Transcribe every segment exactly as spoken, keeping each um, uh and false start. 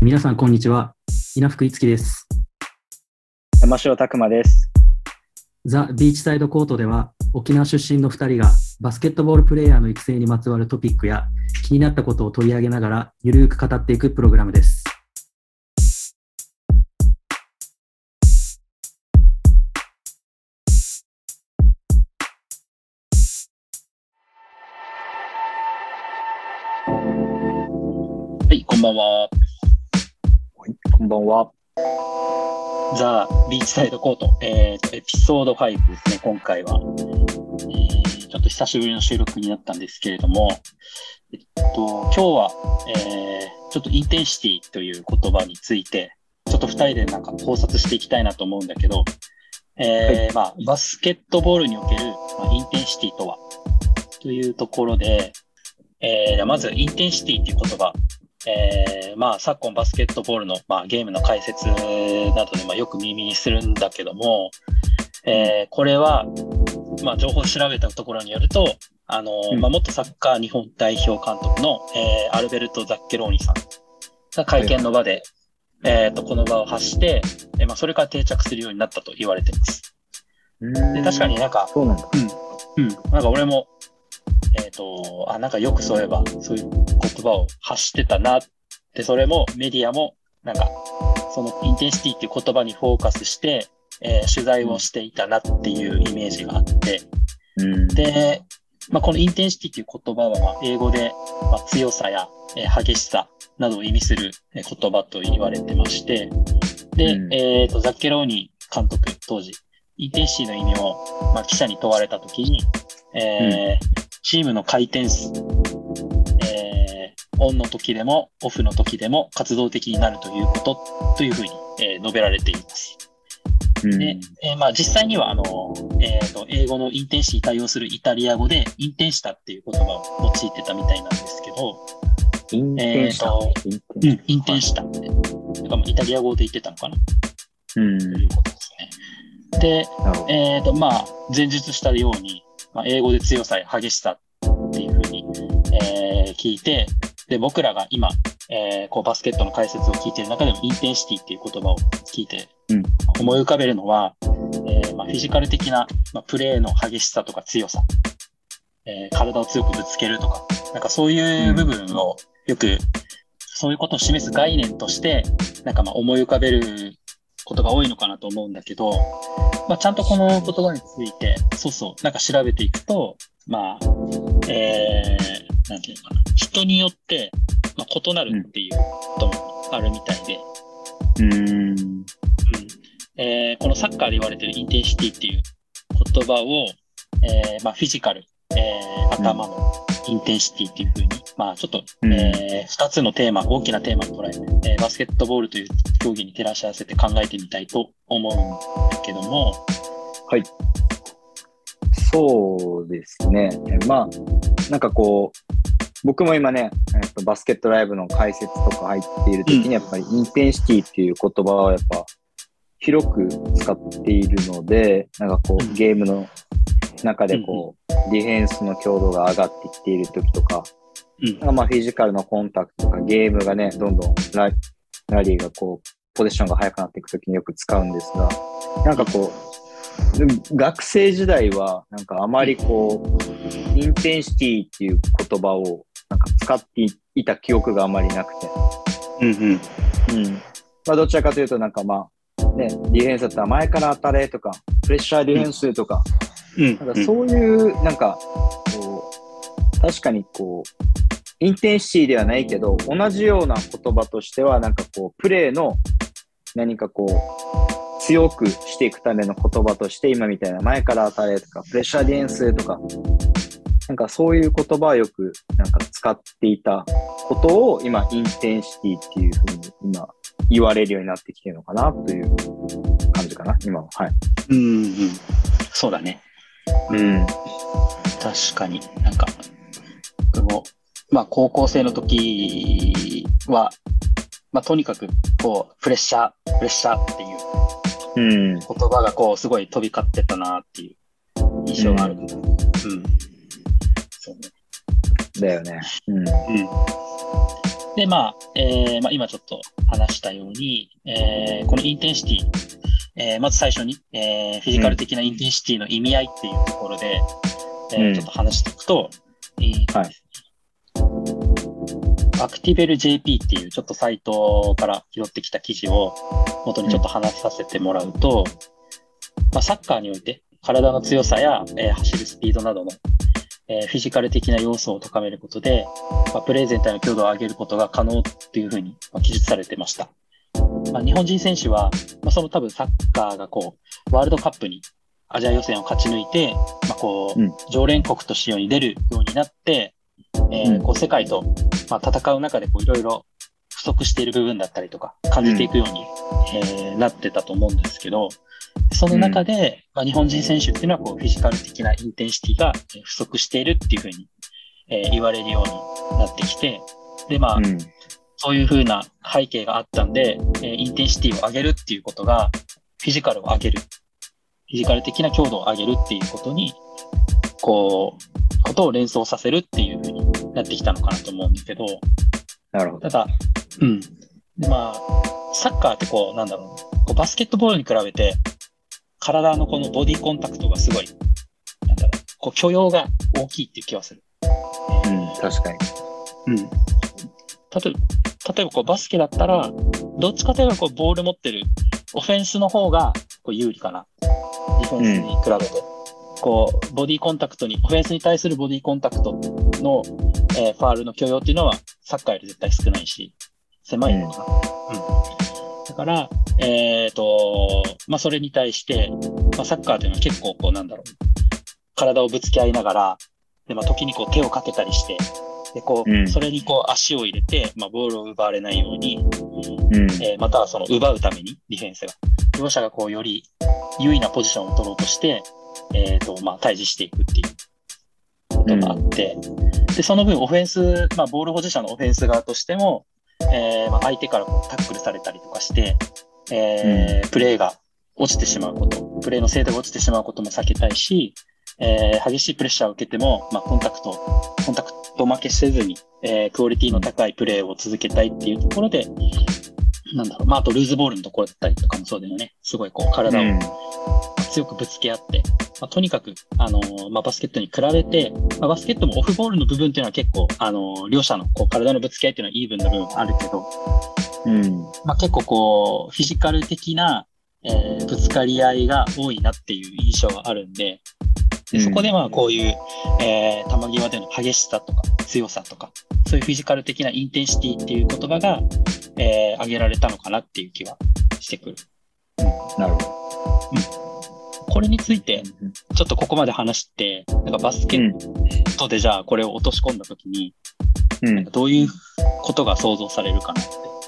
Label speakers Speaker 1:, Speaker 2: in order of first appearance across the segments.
Speaker 1: 皆さんこんにちは。稲福いつきです。
Speaker 2: 山城拓磨です。
Speaker 1: ザ・ビーチサイドコートでは沖縄出身のふたりがバスケットボールプレイヤーの育成にまつわるトピックや気になったことを取り上げながらゆるく語っていくプログラムです。
Speaker 3: はい、こんばんは。
Speaker 2: はい、こんばんは。
Speaker 3: ザ・ビーチサイドコート、えー、エピソードファイブですね、今回は、えー。ちょっと久しぶりの収録になったんですけれども、えっと、今日は、えー、ちょっとインテンシティという言葉について、ちょっとふたりでなんか考察していきたいなと思うんだけど、えーはい、まあ、バスケットボールにおける、まあ、インテンシティとはというところで、えー、まずインテンシティという言葉、えー、まあ昨今バスケットボールの、まあ、ゲームの解説などで、まあ、よく耳にするんだけども、えー、これは、まあ、情報を調べたところによると、あのーうんまあ、元サッカー日本代表監督の、えー、アルベルト・ザッケローニさんが会見の場で、はいえー、とこの場を発して、えーまあ、それから定着するようになったと言われています。で確かになんか
Speaker 2: そうなんだ、
Speaker 3: うんうん、なんか俺もえっと、あ、なんかよくそういえば、そういう言葉を発してたなって、それもメディアも、なんか、そのインテンシティっていう言葉にフォーカスして、えー、取材をしていたなっていうイメージがあって、うん、で、まあ、このインテンシティっていう言葉は、まあ、英語で、まあ、強さや、えー、激しさなどを意味する言葉と言われてまして、で、うん、えっと、ザッケローニ監督、当時、インテンシティの意味を、まあ、記者に問われたときに、えーうんチームの回転数、えー、オンの時でもオフの時でも活動的になるということというふうに、えー、述べられています。うんでえーまあ、実際にはあの、えーと、英語のインテンシティに対応するイタリア語でインテンシタっていう言葉を用いてたみたいなんですけど、
Speaker 2: インテンシタ、
Speaker 3: えー、インテンシタって、はい、イタリア語で言ってたのかな、うん、ということですね。で、えーとまあ、前述したようにまあ、英語で強さや激しさっていうふうに、えー、聞いて、で、僕らが今、えー、こうバスケットの解説を聞いている中でもインテンシティっていう言葉を聞いて、うん、思い浮かべるのは、えーまあ、フィジカル的な、まあ、プレーの激しさとか強さ、えー、体を強くぶつけるとか、なんかそういう部分をよく、そういうことを示す概念として、なんかまあ思い浮かべることが多いのかなと思うんだけど、まあ、ちゃんとこの言葉について、そうそう、なんか調べていくと、まあ、えー、なんていうのかな、人によって、まあ、異なるっていうこともあるみたいで、うん、うんえー、このサッカーで言われているインテンシティっていう言葉を、えーまあ、フィジカル、えー、頭のインテンシティっていう風に、まあちょっと、うんえー、ふたつのテーマ、大きなテーマを捉えて、えー、バスケットボールという競技に照らし合わせて考えてみたいと思うんだけども。
Speaker 2: はい。そうですね。まあ、なんかこう、僕も今ね、えっと、バスケットライブの解説とか入っているときに、やっぱりインテンシティっていう言葉をやっぱ広く使っているので、なんかこう、ゲームの中でこう、ディフェンスの強度が上がってきているときとか、うん、なんかまあフィジカルのコンタクトとかゲームがね、どんどんラ、ラリーがこう、ポゼッションが速くなっていくときによく使うんですが、なんかこう、学生時代はなんかあまりこう、インテンシティっていう言葉をなんか使っていた記憶があまりなくて、うんうん。うん。まあどちらかというとなんかまあ、ね、ディフェンスだったら前から当たれとか、プレッシャーディフェンスとか、うん、なんかそういうなんかこう確かにこうインテンシティではないけど同じような言葉としてはなんかこうプレーの何かこう強くしていくための言葉として今みたいな前から当たれとかプレッシャーディフェンスとかなんかそういう言葉をよくなんか使っていたことを今インテンシティっていうふうに今言われるようになってきてるのかなという感じかな今は。はい。
Speaker 3: うんうん。そうだね。うん、確かになんか僕もまあ高校生の時はまあとにかくこうプレッシャープレッシャーっていう言葉がこうすごい飛び交ってたなっていう印象がある。うん。うん、
Speaker 2: そうね。だよね。うん。うん、
Speaker 3: でまあ、えー、まあ今ちょっと話したように、えー、このインテンシティ、えー、まず最初に、えー、フィジカル的なインテンシティの意味合いっていうところで、うんえー、ちょっと話していくと、いいはい、アクティベル ジェーピー っていうちょっとサイトから拾ってきた記事を元にちょっと話させてもらうと、まあ、サッカーにおいて体の強さや、えー、走るスピードなどの、えー、フィジカル的な要素を高めることで、まあ、プレー全体の強度を上げることが可能というふうに、まあ、記述されてました。まあ、日本人選手は、まあ、その多分サッカーがこうワールドカップにアジア予選を勝ち抜いて、まあこううん、常連国として世に出るようになって、えー、こう世界と、まあ、戦う中でいろいろ不足している部分だったりとか感じていくように、うんえー、なってたと思うんですけど、その中で、うんまあ、日本人選手っていうのはこうフィジカル的なインテンシティが不足しているっていうふうに、えー、言われるようになってきて、でまあ、うん、そういうふうな背景があったんで、えー、インテンシティを上げるっていうことがフィジカルを上げる、フィジカル的な強度を上げるっていうことにこうことを連想させるっていうふうになってきたのかなと思うんですけど、
Speaker 2: なるほど。
Speaker 3: ただ、うん、でまあサッカーってこうなんだろう、こうバスケットボールに比べて体のこのボディコンタクトがすごいなんだろう、こう許容が大きいっていう気はする。
Speaker 2: うん、確かに。
Speaker 3: うん。例えば例えばこうバスケだったらどっちかというとこうボール持ってるオフェンスの方がこう有利かな。ディフェンスに比べて、うん、こうボディコンタクトにオフェンスに対するボディコンタクトの、えー、ファールの許容っていうのはサッカーより絶対少ないし狭いのかな、うんうん、だからえっ、ー、とまあそれに対して、まあ、サッカーというのは結構こうなんだろう、体をぶつけ合いながらで、まあ、時にこう手をかけたりしてでこう、うん、それにこう足を入れて、まあ、ボールを奪われないように、うんえー、またはその奪うためにディフェンスが両者がこうより優位なポジションを取ろうとして、えーとまあ、対峙していくっていうことがあって、うん、でその分オフェンス、まあ、ボール保持者のオフェンス側としても、えーまあ、相手からこうタックルされたりとかして、えーうん、プレーが落ちてしまうこと、プレーの精度が落ちてしまうことも避けたいし、えー、激しいプレッシャーを受けても、まあ、コンタクトコンタクト負けせずに、えー、クオリティの高いプレーを続けたいっていうところで、なんだろう、まあ、あとルーズボールのところだったりとかもそうだよね。すごいこう体を強くぶつけ合って、うんまあ、とにかく、あのーまあ、バスケットに比べて、まあ、バスケットもオフボールの部分っていうのは結構、あのー、両者のこう体のぶつけ合いっていうのはイーブンな部分もあるけど、うんまあ、結構こうフィジカル的な、えー、ぶつかり合いが多いなっていう印象があるんで、でそこでまあこういう、えー、球際での激しさとか強さとかそういうフィジカル的なインテンシティっていう言葉が、えー、挙げられたのかなっていう気はしてくる。
Speaker 2: うん、なるほど、
Speaker 3: うん。これについてちょっとここまで話してなんかバスケットでじゃあこれを落とし込んだときに、うん、なんかどういうことが想像されるかなって。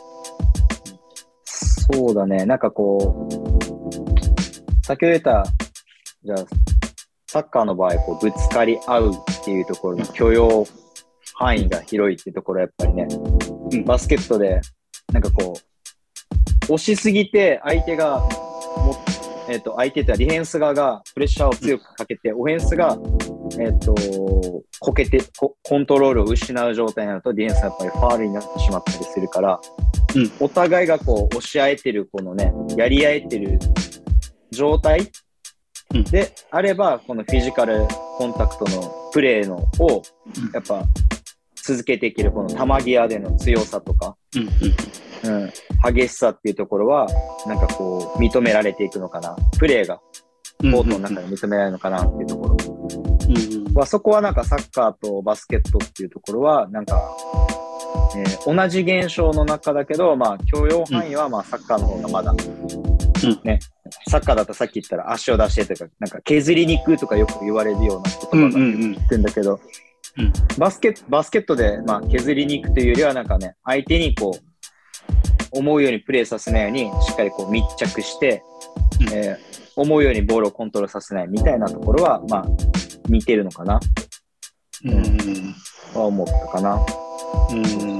Speaker 2: そうだね、なんかこう先ほど言ったじゃあサッカーの場合こうぶつかり合うっていうところの許容範囲が広いっていうところはやっぱりね、うん、バスケットでなんかこう押しすぎて相手がも、えー、と相手とはディフェンス側がプレッシャーを強くかけて、うん、オフェンスが、えー、とこけてコントロールを失う状態になるとディフェンスはやっぱりファールになってしまったりするから、うん、お互いがこう押し合えてるこのねやり合えてる状態であればこのフィジカルコンタクトのプレーのをやっぱ続けていけるこの球際での強さとか、うんうん、激しさっていうところはなんかこう認められていくのかな、プレーがコートの中で認められるのかなっていうところ、うんうん、そこはなんかサッカーとバスケットっていうところはなんか、えー、同じ現象の中だけどまあ許容範囲はまあサッカーの方がまだ、うんね、サッカーだとさっき言ったら足を出してとか、なんか削りに行くとかよく言われるような言葉が言ってるんだけど、うんうんうん、バスケ、バスケットでまあ削りに行くというよりはなんかね、相手にこう思うようにプレーさせないようにしっかりこう密着して、うんえー、思うようにボールをコントロールさせないみたいなところはまあ似てるのかな、うん、うん、は思ったかな。うん、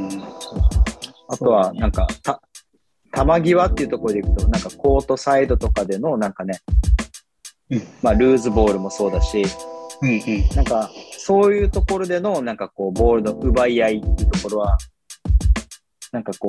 Speaker 2: あとはなんかた球際っていうところでいくとなんかコートサイドとかでのなんかね、うん、まあルーズボールもそうだし、うんうん、なんかそういうところでのなんかこうボールの奪い合いっていうところはなんかこう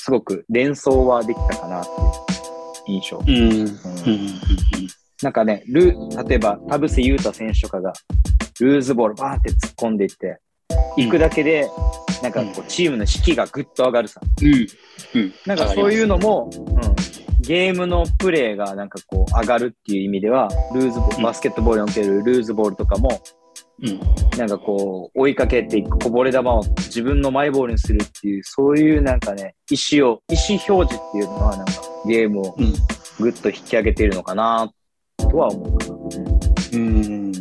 Speaker 2: すごく連想はできたかなっていう印象。うんうんうん、なんかね、ル例えば田臥勇太選手とかがルーズボールバーって突っ込んでいって行くだけで、うん、なんかこうチームの士気がぐっと上がるさ、うんうん、なんかそういうのも、うん、ゲームのプレーがなんかこう上がるっていう意味ではルーズボール、バスケットボールにおけるルーズボールとかも、うん、なんかこう追いかけていくこぼれ球を自分のマイボールにするっていうそういうなんかね意思を意思表示っていうのはなんかゲームをぐっと引き上げているのかなとは思うかな。うん、うん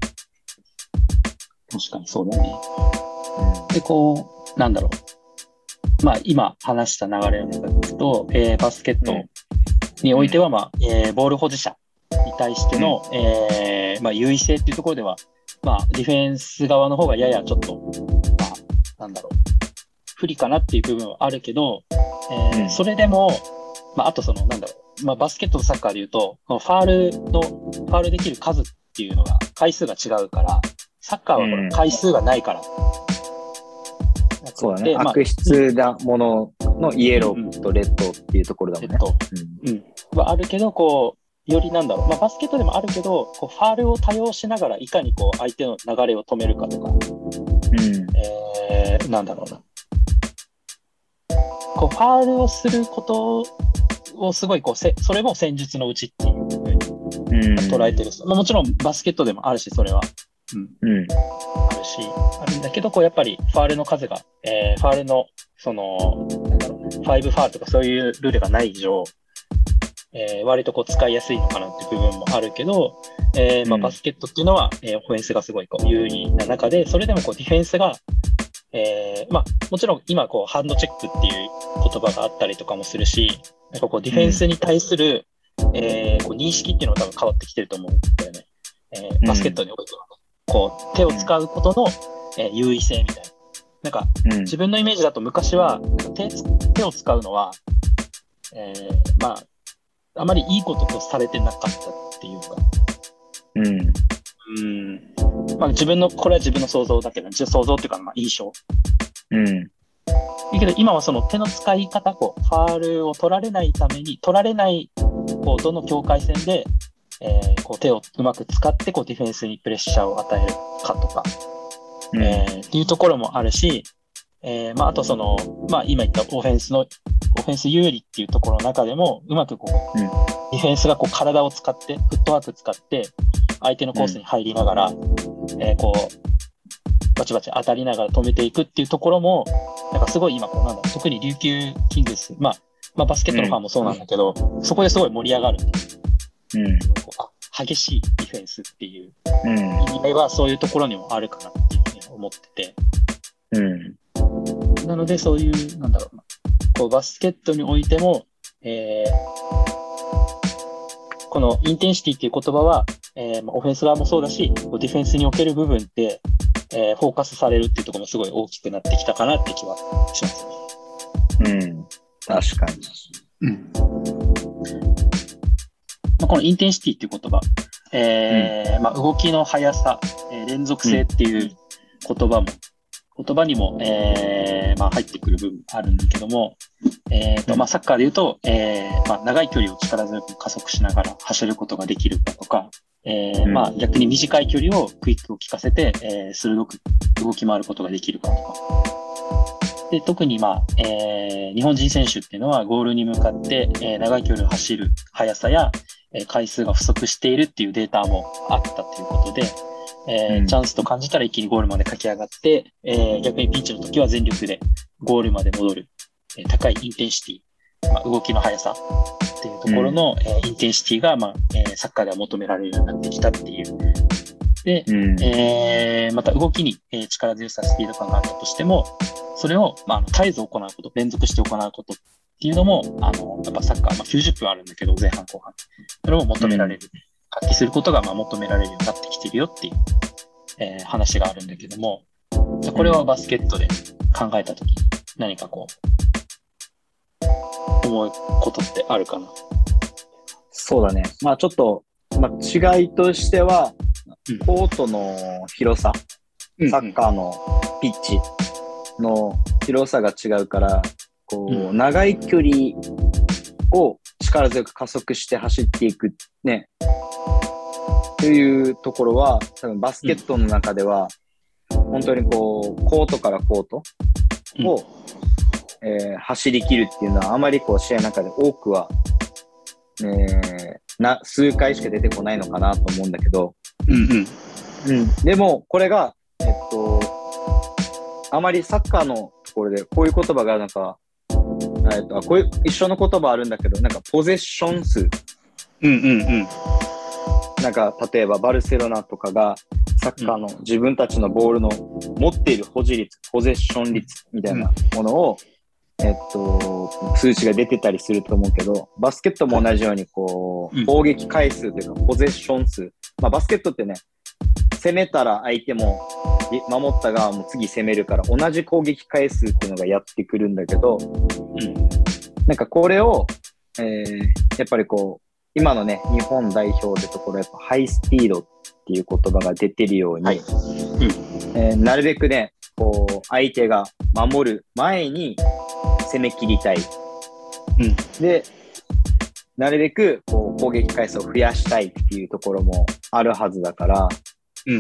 Speaker 3: 確かにそうだね。うん、でこうなんだろうまあ今話した流れの中でいくと、えー、バスケットにおいては、まあうんえー、ボール保持者に対しての、うんえーまあ、優位性っていうところではまあ、ディフェンス側の方がややちょっと、まあ、なんだろう、不利かなっていう部分はあるけど、えーうん、それでも、まあ、あとその、なんだろう、まあ、バスケットとサッカーで言うと、ファールの、ファールできる数っていうのが、回数が違うから、サッカーはこれ回数がないから。うん、
Speaker 2: そうだね、まあ、悪質なもののイエローとレッドっていうところだもんね。レッド、
Speaker 3: うんうん、はあるけど、こう、よりなんだろう、まあ、バスケットでもあるけどこうファールを多用しながらいかにこう相手の流れを止めるかとか、うんえー、なんだろうなこうファールをすることをすごいこうせそれも戦術のうちっていうふうに捉えてる、うんまあ、もちろんバスケットでもあるしそれは、うんうん、あるしあるんだけどこうやっぱりファールの数が、えー、ファールのそのなんだろう、ね、ファイブファールとかそういうルールがない以上えー、割とこう使いやすいのかなっていう部分もあるけど、えーまあ、バスケットっていうのは、うんえー、オフェンスがすごいこう有利な中で、それでもこうディフェンスが、えーまあ、もちろん今こうハンドチェックっていう言葉があったりとかもするし、なんかこうディフェンスに対する、うんえー、こう認識っていうのが多分変わってきてると思うんだよね。えー、バスケットにおいては、こう手を使うことの、えー、優位性みたいな。なんか、うん、自分のイメージだと昔は手、手を使うのは、えー、まああまりいいこととされてなかったっていうか、うん、うん、まあ自分のこれは自分の想像だけど、想像っていうかまあ印象。うん。だけど今はその手の使い方、こうファールを取られないために取られないこうどの境界線で、えー、こう手をうまく使ってこうディフェンスにプレッシャーを与えるかとか、うんえー、っていうところもあるし、えー、まああとそのまあ今言ったオフェンスのオフェンス有利っていうところの中でもうまくこう、うん、ディフェンスがこう体を使ってフットワーク使って相手のコースに入りながら、うんえー、こうバチバチ当たりながら止めていくっていうところもなんかすごい今こうなんだ特に琉球キングス、まあ、まあバスケットのファンもそうなんだけど、うん、そこですごい盛り上がるっていう、うん、こう激しいディフェンスっていう意味合いはそういうところにもあるかなっていうふうに思ってて、うん、なのでそういうなんだろうなこうバスケットにおいても、えー、このインテンシティっていう言葉は、えー、オフェンス側もそうだし、ディフェンスにおける部分で、えー、フォーカスされるっていうところもすごい大きくなってきたかなって気はします
Speaker 2: ね。うん、確かに。うん
Speaker 3: まあ、このインテンシティっていう言葉、えーうんまあ、動きの速さ、えー、連続性っていう言葉も、言葉にも、えーまあ、入ってくる部分あるんだけども、えーとまあ、サッカーで言うと、えーまあ、長い距離を力強く加速しながら走ることができるかとか、えーまあ、逆に短い距離をクイックを効かせて、えー、鋭く動き回ることができるかとか。で特に、まあえー、日本人選手っていうのはゴールに向かって、えー、長い距離を走る速さや、えー、回数が不足しているっていうデータもあったということで、えーうん、チャンスと感じたら一気にゴールまで駆け上がって、えー、逆にピンチの時は全力でゴールまで戻る、えー、高いインテンシティ、まあ、動きの速さっていうところの、うんえー、インテンシティが、まあえー、サッカーでは求められるようになってきたっていう。で、うんえー、また動きに、えー、力強さ、スピード感があったとしても、それを、まあ、絶えず行うこと、連続して行うことっていうのも、あのやっぱサッカー、まあ、きゅうじゅっぷんあるんだけど、前半後半。それを求められる。うん発揮することがまあ求められるようになってきてるよっていう、えー、話があるんだけども、これはバスケットで考えたとき何かこう思うことってあるかな？
Speaker 2: そうだね。まあちょっと、まあ、違いとしては、うん、コートの広さ、サッカーのピッチの広さが違うから、 こう、うん、長い距離を力強く加速して走っていくね、というところは、多分バスケットの中では、うん、本当にこう、コートからコートを、うんえー、走り切るっていうのは、あまりこう、試合の中で多くは、えー、な数回しか出てこないのかなと思うんだけど、
Speaker 3: うんうん
Speaker 2: うん、でも、これが、えっと、あまりサッカーのところで、こういう言葉がなんか、えっと、こういう一緒の言葉あるんだけど、なんかポゼッション数。
Speaker 3: うんうんうん。
Speaker 2: なんか、例えばバルセロナとかが、サッカーの自分たちのボールの持っている保持率、ポゼッション率みたいなものを、うん、えっと、数値が出てたりすると思うけど、バスケットも同じように、こう、攻撃回数というか、ポゼッション数。まあ、バスケットってね、攻めたら相手も守った側も次攻めるから同じ攻撃回数っていうのがやってくるんだけど、うん、なんかこれを、えー、やっぱりこう今のね日本代表でところやっぱハイスピードっていう言葉が出てるように、はいうんえー、なるべくねこう相手が守る前に攻め切りたい、うん、でなるべくこう攻撃回数を増やしたいっていうところもあるはずだからうん、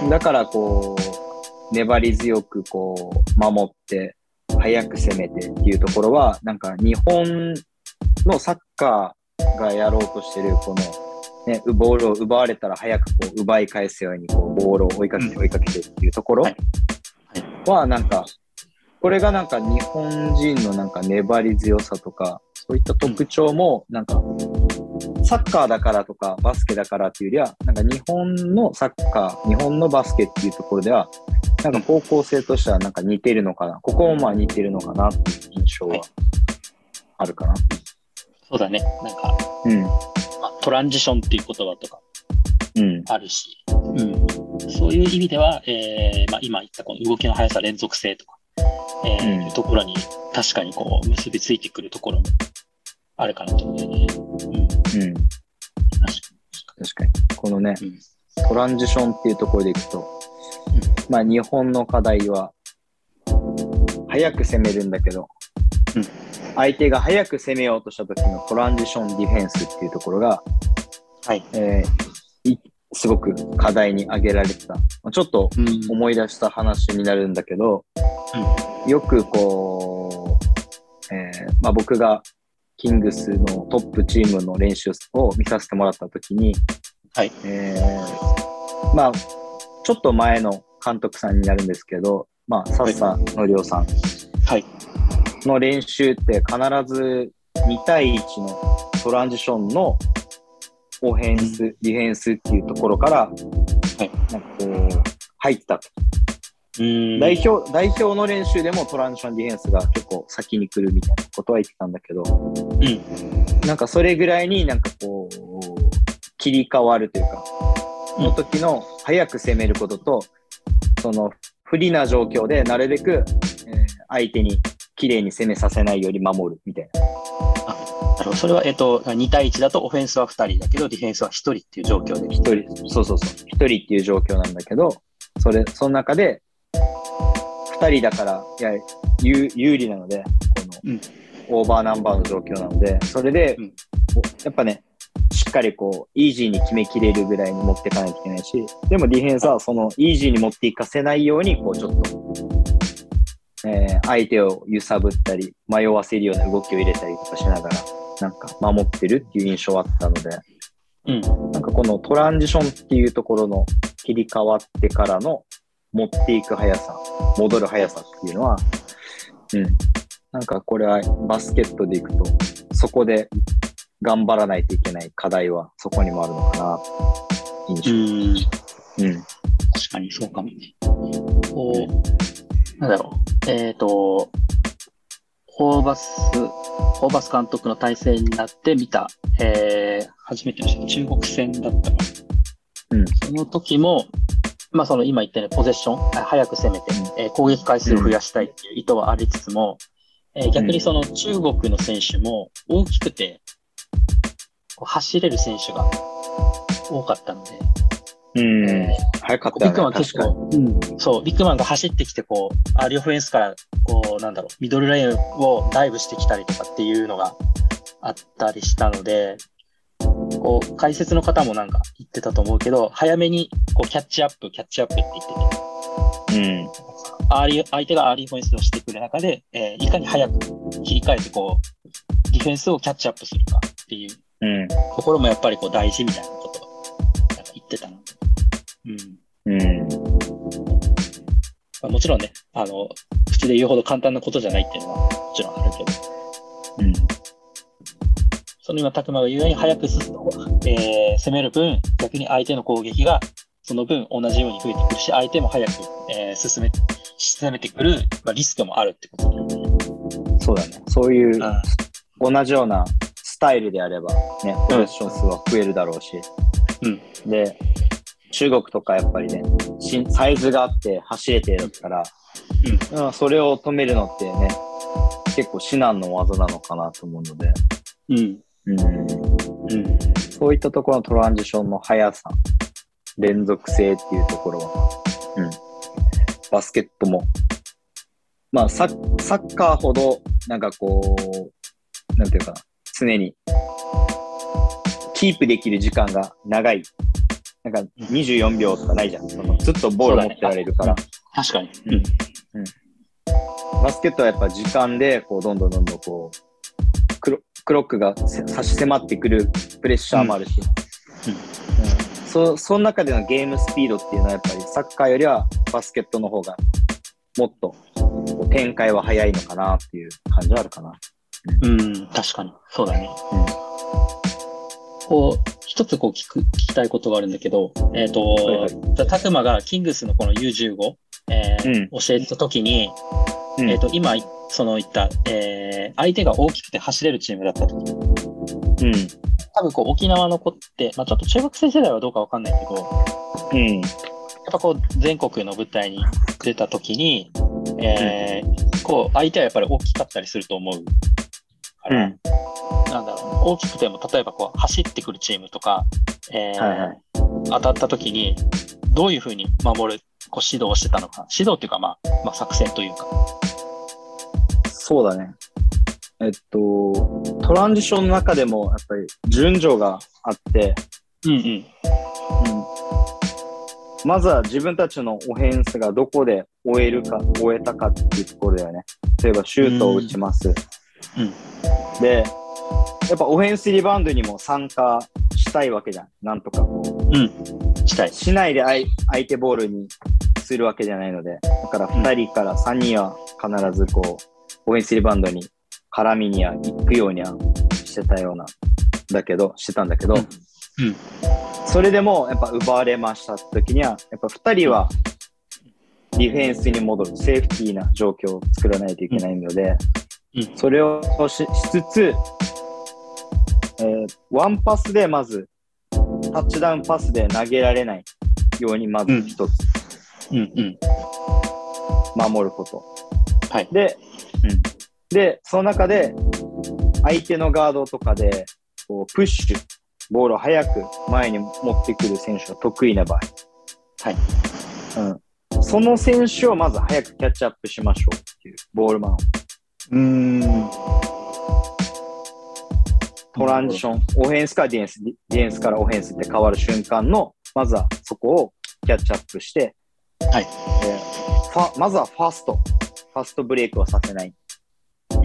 Speaker 2: だからこう粘り強くこう守って早く攻めてっていうところはなんか日本のサッカーがやろうとしてるこの、ね、ボールを奪われたら早くこう奪い返すようにこうボールを追いかけて追いかけてっていうところはなんかこれがなんか日本人のなんか粘り強さとかそういった特徴もなんかサッカーだからとかバスケだからっていうよりはなんか日本のサッカー日本のバスケっていうところではなんか方向性としてはなんか似てるのかなここもまあ似てるのかなっていう印象はあるかな、はい、
Speaker 3: そうだねなんか、うんまあ、トランジションっていう言葉とかあるし、うんうん、そういう意味では、えーまあ、今言ったこの動きの速さ連続性とか、えーうん、ところに確かにこう結びついてくるところもあるかなと思うね。うん。うん。確かに。
Speaker 2: 確かに。このね、うん、トランジションっていうところでいくと、うん、まあ日本の課題は、早く攻めるんだけど、うん、相手が早く攻めようとした時のトランジションディフェンスっていうところが、はいえー、いすごく課題に挙げられてた。ちょっと思い出した話になるんだけど、うん、よくこう、えーまあ、僕がキングスのトップチームの練習を見させてもらったときに、はいえー、まあちょっと前の監督さんになるんですけど、まあ笹のりおさんの練習って必ずに対いちのトランジションのオフェンス、ディフェンスっていうところから、はい、なんかこう入ってたと。うん代表、代表の練習でもトランジションディフェンスが結構先に来るみたいなことは言ってたんだけど、うん、なんかそれぐらいになんかこう切り替わるというか、その時の早く攻めることと、その不利な状況でなるべく、えー、相手に綺麗に攻めさせないように守るみたいな。
Speaker 3: あ、なるほど。それは、えっと、に対いちだとオフェンスはふたりだけど、ディフェンスはひとりっていう状況で。
Speaker 2: ひとり、そうそうそう。ひとりっていう状況なんだけど、それ、その中で、ふたりだから、いや、有, 有利なので、この、うん、オーバーナンバーの状況なので、それで、うん、やっぱね、しっかりこう、イージーに決めきれるぐらいに持っていかないといけないし、でもディフェンスはその、イージーに持っていかせないように、こう、ちょっと、えー、相手を揺さぶったり、迷わせるような動きを入れたりとかしながら、なんか、守ってるっていう印象はあったので、うん、なんかこのトランジションっていうところの切り替わってからの、持っていく速さ、戻る速さっていうのは、うん、なんかこれはバスケットでいくと、そこで頑張らないといけない課題はそこにもあるのかな、印
Speaker 3: 象。うん。うん。確かにそうかもね。こう、うん、なんだろう、えっと、ホーバス、ホーバス監督の体制になって見た、えー、初めての中国戦だったかな。うん。その時も、まあ、その今言ったようにポゼッション、早く攻めて、えー、攻撃回数を増やしたいっていう意図はありつつも、うんえー、逆にその中国の選手も大きくてこう走れる選手が多かったので、
Speaker 2: うんえー、早かったよね。
Speaker 3: ビッグマン結構、うん、そうビッグマンが走ってきてこうアリオフェンスからこうなんだろうミドルレーンをダイブしてきたりとかっていうのがあったりしたので、こう解説の方もなんか言ってたと思うけど、早めにこうキャッチアップキャッチアップって言ってて、うん、アーリー相手がアーリーオフェンスをしてくる中で、えー、いかに早く切り替えてこうディフェンスをキャッチアップするかっていうところもやっぱりこう大事みたいなことをなんか言ってたな。うん。うんまあ、もちろんね、あの口で言うほど簡単なことじゃないっていうのはもちろんあるけど、うん、その今拓磨が言うように早く進む、えー、攻める分逆に相手の攻撃がその分同じように増えてくるし、相手も早く、えー、進め進めてくる、まあ、リスクもあるってことだよね。
Speaker 2: そうだね。そういう、うん、同じようなスタイルであればね、ポゼッション数は増えるだろうし、うん、で中国とかやっぱりねサイズがあって走れてるから、うん、それを止めるのってね結構至難の技なのかなと思うので、うんうんうん、そういったところのトランジションの速さ、連続性っていうところは、うん、バスケットもまあサッ、サッカーほどなんかこうなんていうかな、常にキープできる時間が長い、なんかにじゅうよんびょうとかないじゃん。そのずっとボール持ってられるから。
Speaker 3: ね、確かに、
Speaker 2: うんうん。バスケットはやっぱ時間でこうどんどんどんどんこうクロ、クロックが差し迫ってくるプレッシャーもあるし、うんうんうん、そ, その中でのゲームスピードっていうのはやっぱりサッカーよりはバスケットの方がもっと展開は早いのかなっていう感じはあるかな。
Speaker 3: うん、うん、確かにそうだね。うんこう一つこう聞く聞きたいことがあるんだけど、えっ、ー、と、はいはい、拓磨がキングスのこの ユーじゅうご、えーうん、教えたときに、うん、えっ、ー、と今その言った、えー、相手が大きくて走れるチームだったとき、うん、多分こう沖縄の子って、まあ、ちょっと中学生世代はどうかわかんないけど、うん、やっぱこう全国の舞台に出たときに、えーうん、こう相手はやっぱり大きかったりすると思うから。うんなんだろう大きくても例えばこう走ってくるチームとか、えーはいはい、当たった時にどういうふうに守るこう指導をしてたのか、指導っていうか、まあ、まあ作戦というか。
Speaker 2: そうだね。えっとトランジションの中でもやっぱり順序があって、うんうんうん、まずは自分たちのオフェンスがどこで終えるか終えたかっていうところだよね。例えばシュートを打ちます、うんうん、でやっぱオフェンスリバウンドにも参加したいわけじゃん。なんとかこう、うん、したい。しないで相、相手ボールにするわけじゃないので、だからふたりからさんにんは必ずこう、オフェンスリバウンドに絡みには行くようにはしてたような、だけど、してたんだけど、うんうん、それでもやっぱ奪われました時には、やっぱふたりはディフェンスに戻る、セーフティーな状況を作らないといけないので、うん、それを し, しつつ、えー、ワンパスでまずタッチダウンパスで投げられないようにまず一つ、うんうんうん、守ること、はい、で、うん、でその中で相手のガードとかでこうプッシュボールを早く前に持ってくる選手が得意な場合、はいうん、その選手をまず早くキャッチアップしましょうっていうボールマンをうーんトランジション、オフェンスからディフェンス、ディフェンスからオフェンスって変わる瞬間の、まずはそこをキャッチアップして、はいえー、ファまずはファースト、ファーストブレイクをさせない。うんうん、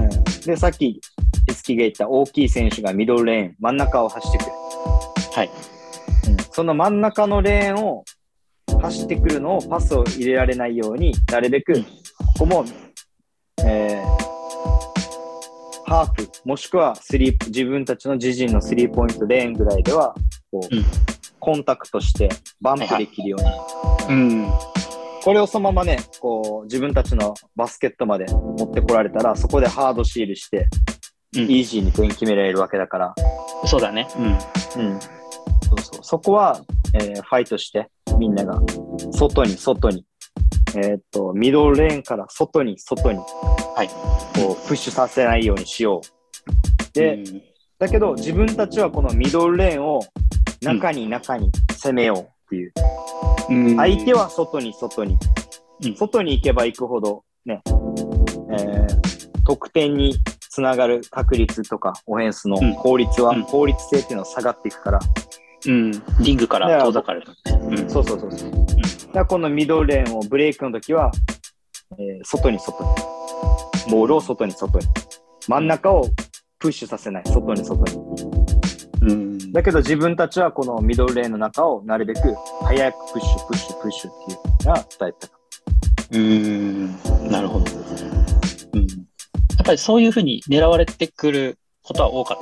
Speaker 2: で、さっき、ピスキが言った大きい選手がミドルレーン、真ん中を走ってくる。はいうん。その真ん中のレーンを走ってくるのをパスを入れられないようになるべく、ここも、えーハーフもしくはスリー自分たちの自陣のスリーポイントレーンぐらいではこう、うん、コンタクトしてバンプできるように、はいはいうん、これをそのままねこう自分たちのバスケットまで持ってこられたらそこでハードシールして、うん、イージーに点決められるわけだから
Speaker 3: そうだね、うんうん、
Speaker 2: そうそうそこは、えー、ファイトしてみんなが外に外にえー、とミドルレーンから外に外に、はい、こうプッシュさせないようにしようで、うん、だけど自分たちはこのミドルレーンを中に中に攻めようっていう、うん、相手は外に外に、うん、外に行けば行くほどね、えー、得点につながる確率とかオフェンスの効率は、うん、効率性っていうのは下がっていくから、
Speaker 3: うん、リングから遠ざかる、
Speaker 2: うん、そうそうそうそう、うん、だからこのミドルレーンをブレイクの時は、えー、外に外にボールを外に外に真ん中をプッシュさせない、外に外に、うん、だけど自分たちはこのミドルレーンの中をなるべく早くプッシュプッシュプッシュっていうのが伝えた。
Speaker 3: うーん、なるほど、うん、やっぱりそういうふうに狙われてくることは多かった。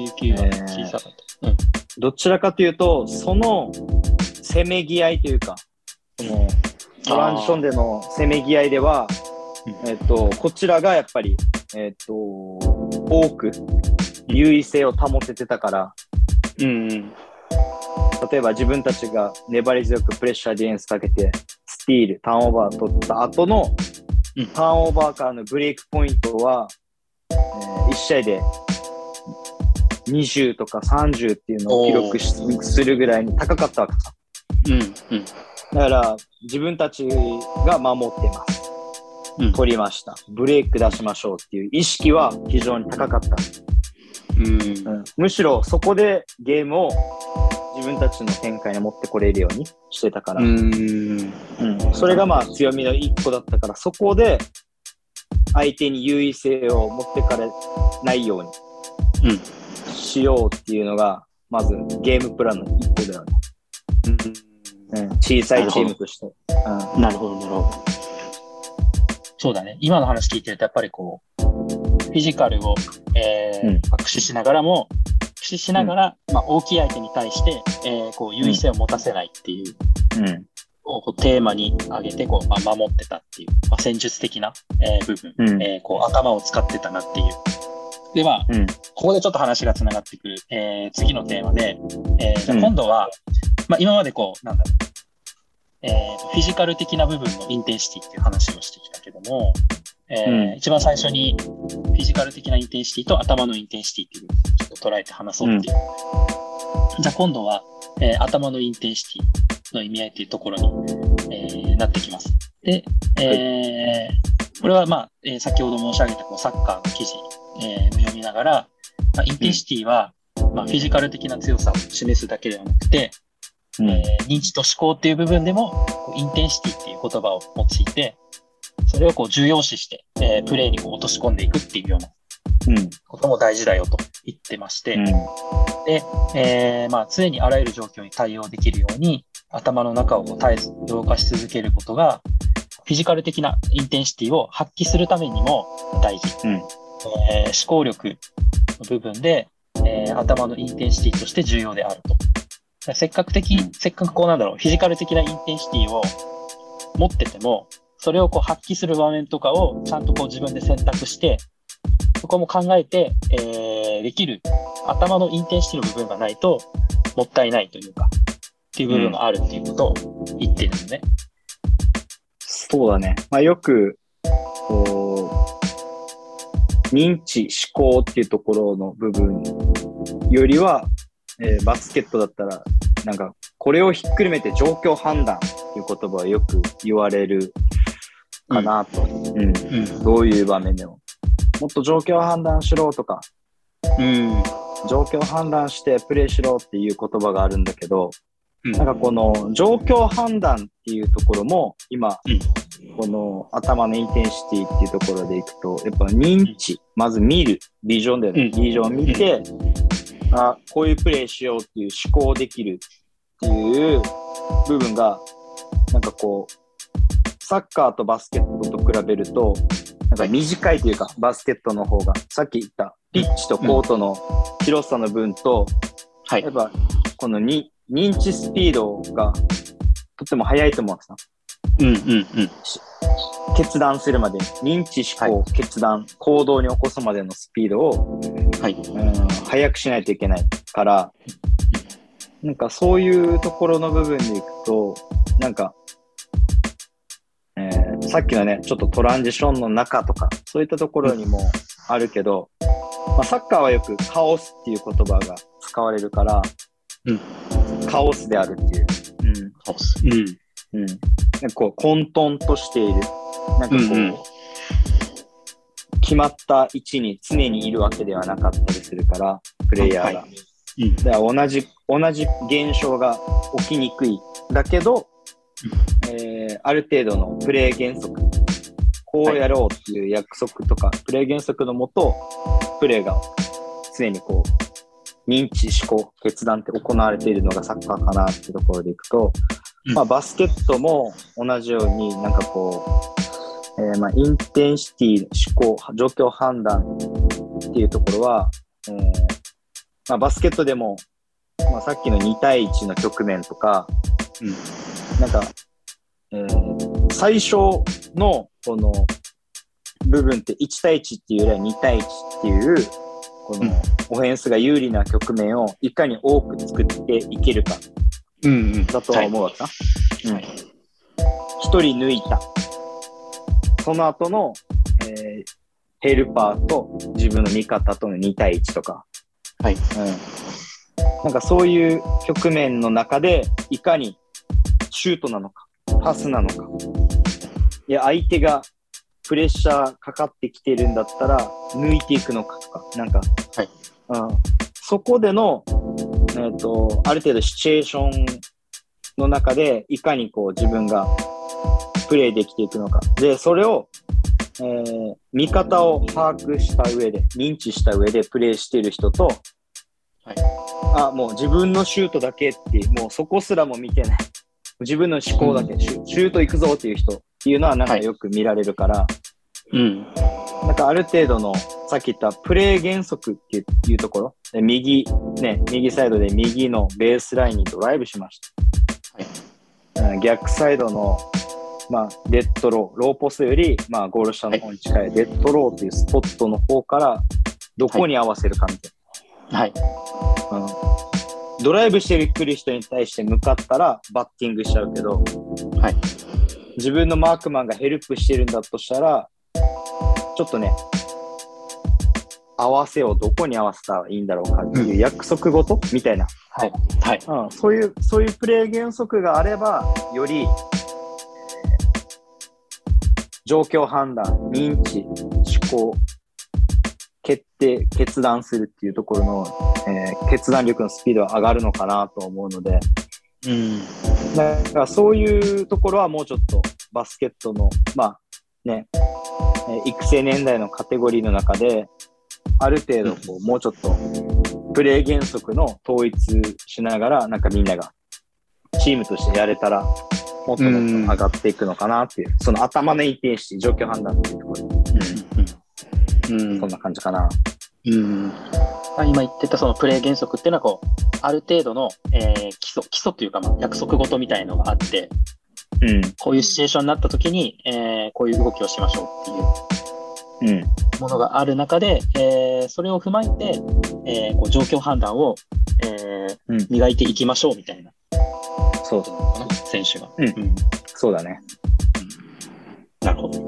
Speaker 3: 琉球は小さかった、えーうん、
Speaker 2: どちらかというとそのせめぎ合いというか、そのトランジションでのせめぎ合いでは、えー、とこちらがやっぱり、えー、と多く優位性を保ててたから、うんうん、例えば自分たちが粘り強くプレッシャーディフェンスかけてスティール、ターンオーバー取った後の、うん、ターンオーバーからのブレイクポイントは、えー、いち試合でにじゅうとかさんじゅうっていうのを記録しするぐらいに高かったわけさ、うんうん、だから自分たちが守ってます、うん、取りました、ブレイク出しましょうっていう意識は非常に高かった、うんうん、むしろそこでゲームを自分たちの展開に持ってこれるようにしてたから、うん、うん、それがまあ強みの一個だったから、そこで相手に優位性を持ってかれないようにしようっていうのがまずゲームプランの一個だよね、うんうん、小さいチームとして。
Speaker 3: うん、なるほどなるほど。そうだね、今の話聞いてるとやっぱりこうフィジカルを、えーうん、駆使しながらも駆使しながら、うん、まあ、大きい相手に対して、えー、こう優位性を持たせないっていう、うん、をテーマに挙げてこう、まあ、守ってたっていう、まあ、戦術的な、えー、部分、うんえー、こう頭を使ってたなっていう。では、うん、ここでちょっと話がつながってくる、えー、次のテーマで、えー、じゃあ今度は、うんまあ、今までこうなんだろう、えー、フィジカル的な部分のインテンシティっていう話をしてきたけども、えーうん、一番最初にフィジカル的なインテンシティと頭のインテンシティっていうのをちょっと捉えて話そうっていう、うん、じゃあ今度は、えー、頭のインテンシティの意味合いっていうところに、えー、なってきます。で、えー、これはまあ、えー、先ほど申し上げたこうサッカーの記事、えー、読みながら、まあ、インテンシティは、まあ、フィジカル的な強さを示すだけではなくて、うんえー、認知と思考っていう部分でもこうインテンシティっていう言葉を用いてそれをこう重要視して、えー、プレーにこう落とし込んでいくっていうようなことも大事だよと言ってまして、うん、で、えーまあ、常にあらゆる状況に対応できるように頭の中をこう絶えず動かし続けることがフィジカル的なインテンシティを発揮するためにも大事、うんえー、思考力の部分で、えー、頭のインテンシティとして重要であると。せっかく的、せっかくこうなんだろう、フィジカル的なインテンシティを持ってても、それをこう発揮する場面とかをちゃんとこう自分で選択して、そこも考えて、えー、できる頭のインテンシティの部分がないともったいないというか、っていう部分があるっていうことを言ってるのね。うん、
Speaker 2: そうだね。まあよく、こう、認知、思考っていうところの部分よりは、えー、バスケットだったらなんかこれをひっくるめて状況判断っていう言葉はよく言われるかなと、うんうんうん、どういう場面でももっと状況判断しろとか、うん、状況判断してプレーしろっていう言葉があるんだけど、うん、なんかこの状況判断っていうところも今、うん、この頭のインテンシティっていうところでいくとやっぱ認知、まず見るビジョンだよね、うん、ビジョンを見て、うんあこういうプレーしようっていう思考できるっていう部分がなんかこうサッカーとバスケットと比べるとなんか短いというかバスケットの方がさっき言ったピッチとコートの広さの分と、うん、やっぱこのに認知スピードがとっても速いと思うんですよ、うんうんうん、決断するまで認知思考、はい、決断行動に起こすまでのスピードを、はいうん、速くしないといけないからなんかそういうところの部分でいくとなんか、えー、さっきのねちょっとトランジションの中とかそういったところにもあるけど、うんまあ、サッカーはよくカオスっていう言葉が使われるから、うん、カオスであるっていう、うん、カオス、うんうん、こう混沌としているなんかこう、うんうん、決まった位置に常にいるわけではなかったりするから、プレイヤーが。はいうん、だから同じ、同じ現象が起きにくい。だけど、うんえー、ある程度のプレイ原則、こうやろうっていう約束とか、はい、プレイ原則のもと、プレイが常にこう、認知、思考、決断って行われているのがサッカーかなっていうところでいくと、うんまあ、バスケットも同じようになんかこう、えー、まあインテンシティ、思考、状況判断っていうところは、えーまあ、バスケットでも、まあ、さっきのに対いちの局面とか、うん、なんか、えー、最初のこの部分っていち対いちっていうよりはに対いちっていうこのオフェンスが有利な局面をいかに多く作っていけるかだとは思うわけだ。一人抜いた。その後の、えー、ヘルパーと自分の味方とのに対いちとか、はいうん、なんかそういう局面の中でいかにシュートなのかパスなのかいや相手がプレッシャーかかってきてるんだったら抜いていくのかとかなんか、はいうん、そこでの、えーと、ある程度シチュエーションの中でいかにこう自分がプレイできていくのかでそれを、えー、見方を把握した上で認知した上でプレイしている人と、はい、あもう自分のシュートだけってもうそこすらも見てない自分の思考だけ、うん、シュート行くぞっていう人っていうのはなんかよく見られるから、はいうん、なんかある程度のさっき言ったプレー原則っていうところで右ね右サイドで右のベースラインにドライブしました、はい、逆サイドのまあデッドローローポストよりまあゴール下の方に近いデッドローっていうスポットの方からどこに合わせるかみたいな、はいうん、ドライブしてくる人に対して向かったらバッティングしちゃうけど、はい、自分のマークマンがヘルプしてるんだとしたらちょっとね合わせをどこに合わせたらいいんだろうかっていう約束事、うん、みたいな、はいはいうん、そういうそういうプレー原則があればより、えー、状況判断、認知、思考、決定、決断するっていうところの、えー、決断力のスピードは上がるのかなと思うので、うん、だからそういうところはもうちょっとバスケットのまあね、えー、育成年代のカテゴリーの中である程度こう、うん、もうちょっとプレー原則の統一しながらなんかみんながチームとしてやれたらもっともっと上がっていくのかなっていう、うん、その頭のインテンシティ状況判断っていうところ、うんうん、そんな感じかな。
Speaker 3: うん今言ってたそのプレー原則っていうのはこうある程度の、えー、基礎基礎というかまあ約束事みたいのがあって、うん、こういうシチュエーションになった時に、えー、こういう動きをしましょうっていうものがある中で、えー、それを踏まえて、えー、こう状況判断を、えーうん、磨いていきましょうみたいな
Speaker 2: そうだね
Speaker 3: 選手が、
Speaker 2: うんうん、そうだね、
Speaker 3: うん、なるほど。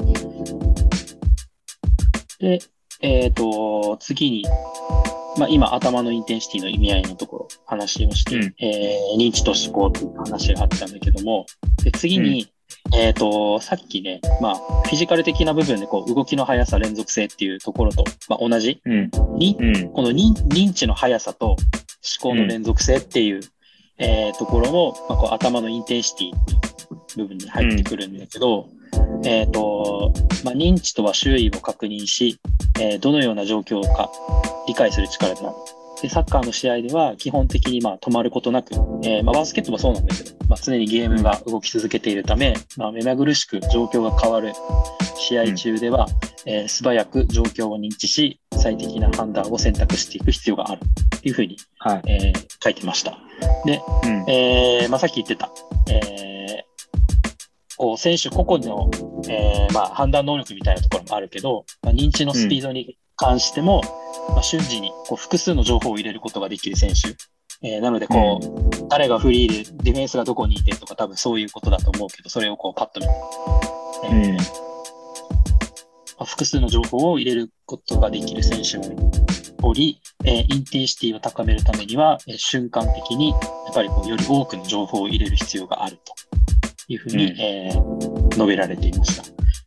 Speaker 3: で、えーと次にまあ、今頭のインテンシティの意味合いのところ話をして、うんえー、認知と思考という話があったんだけどもで次に、うんえー、とさっきね、まあ、フィジカル的な部分でこう動きの速さ連続性っていうところと、まあ、同じ、うんにうん、この認認知の速さと思考の連続性っていう、うんえー、ところも、まあ、こう頭のインテンシティっていう部分に入ってくるんだけど、うんえーとまあ、認知とは周囲を確認し、えー、どのような状況か理解する力である。で、サッカーの試合では基本的にまあ止まることなく、えーまあ、バスケットもそうなんだけど、まあ、常にゲームが動き続けているため、まあ、目まぐるしく状況が変わる試合中では、うんえー、素早く状況を認知し、最適な判断を選択していく必要があるというふうに、はいえー、書いてました。で、うんえーまあ、さっき言ってた、えー、こう選手個々の、えーまあ、判断能力みたいなところもあるけど、まあ、認知のスピードに関しても、うんまあ、瞬時にこう複数の情報を入れることができる選手、えー、なのでこう、うん、誰がフリーでディフェンスがどこにいてとか多分そういうことだと思うけどそれをこうパッと見て、えーうんまあ、複数の情報を入れることができる選手もおり、えー、インテンシティを高めるためには、えー、瞬間的にやっぱりこうより多くの情報を入れる必要があるというふうに、うんえー、述べられていました。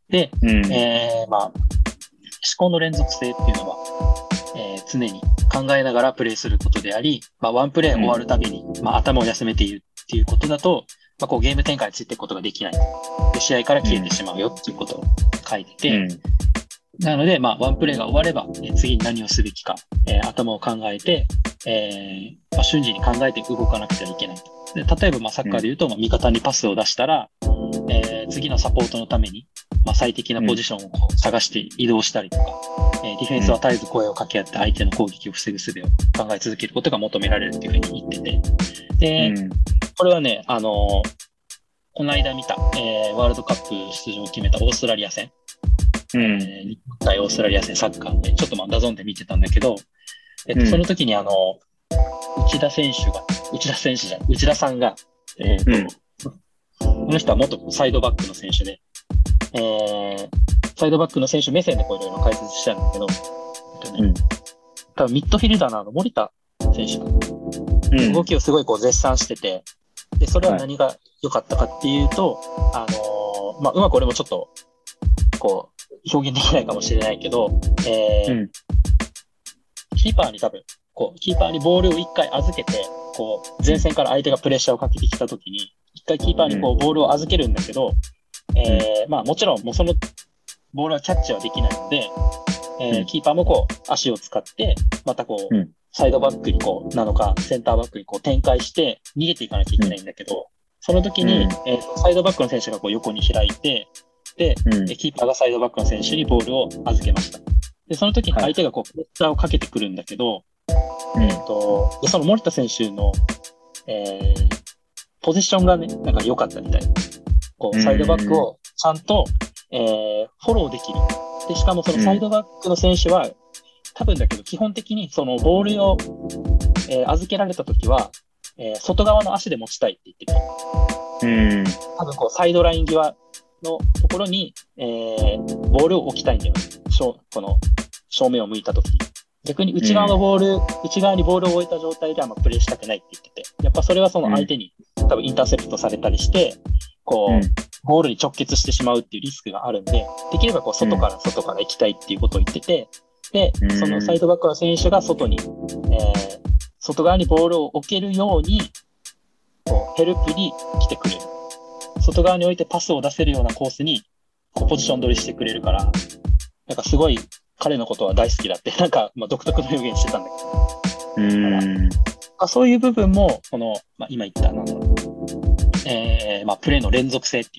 Speaker 3: で、うん、えー、まあ、思考の連続性っていうのは、えー、常に考えながらプレイすることであり、まあ、ワンプレイ終わるたびに、うん、まあ、頭を休めているっていうことだと、まあ、こうゲーム展開についていくことができない。で、試合から消えてしまうよっていうことを書いてて、うん、なので、まあ、ワンプレイが終われば、えー、次に何をすべきか、えー、頭を考えて、えーまあ、瞬時に考えて動かなくてはいけない。で、例えば、まあ、サッカーで言うと、まあ、味方にパスを出したら、えー、次のサポートのために、まあ、最適なポジションをこう探して移動したりとか、えー、ディフェンスは絶えず声を掛け合って相手の攻撃を防ぐ術を考え続けることが求められるっていうふうに言ってて。で、うん、これはね、あのー、この間見た、えー、ワールドカップ出場を決めたオーストラリア戦、うんえー、日本対オーストラリア戦サッカーで、ちょっとまあダゾーンで見てたんだけど、えっと、うん、その時にあの、内田選手が、内田選手じゃん、内田さんが、えーとうん、この人は元サイドバックの選手で、えー、サイドバックの選手目線でこういろいろ解説したんだけど、えっとね、うん、多分ミッドフィルダーのあの森田選手が、うん、動きをすごいこう絶賛してて、で、それは何が良かったかっていうと、はい、あのー、まあ、うまく俺もちょっと、こう、表現できないかもしれないけど、えーうん、キーパーに多分、こう、キーパーにボールを一回預けて、こう、前線から相手がプレッシャーをかけてきたときに、一回キーパーにこう、ボールを預けるんだけど、えー、まあもちろんもうそのボールはキャッチはできないので、えーうん、キーパーもこう足を使ってまたこう、うん、サイドバックにこうなのかセンターバックにこう展開して逃げていかなきゃいけないんだけど、その時に、うんえー、サイドバックの選手がこう横に開いてで、うん、キーパーがサイドバックの選手にボールを預けました。でその時に相手がこうプレッシャーをかけてくるんだけど、はいえー、とでその森田選手の、えー、ポジションがねなんか良かったみたい。こうサイドバックをちゃんと、えー、フォローできる。で、しかもそのサイドバックの選手は、うん、多分だけど基本的にそのボールを、えー、預けられたときは、えー、外側の足で持ちたいって言ってて、うん、多分こうサイドライン際のところに、えー、ボールを置きたいんだよね。この正面を向いたときに。逆に内側のボール、うん、内側にボールを置いた状態ではあんまプレーしたくないって言ってて、やっぱそれはその相手に、うん、多分インターセプトされたりして、こう、うん、ゴールに直結してしまうっていうリスクがあるんで、できればこう外から外から行きたいっていうことを言ってて、で、うん、そのサイドバックの選手が外に、えー、外側にボールを置けるように、こうヘルプに来てくれる。外側に置いてパスを出せるようなコースに、こうポジション取りしてくれるから、なんかすごい彼のことは大好きだって、なんかまあ独特の表現してたんだけど。うん。そういう部分も、この、まあ、今言ったなんだろう。えーまあ、プレーの連続性っていう、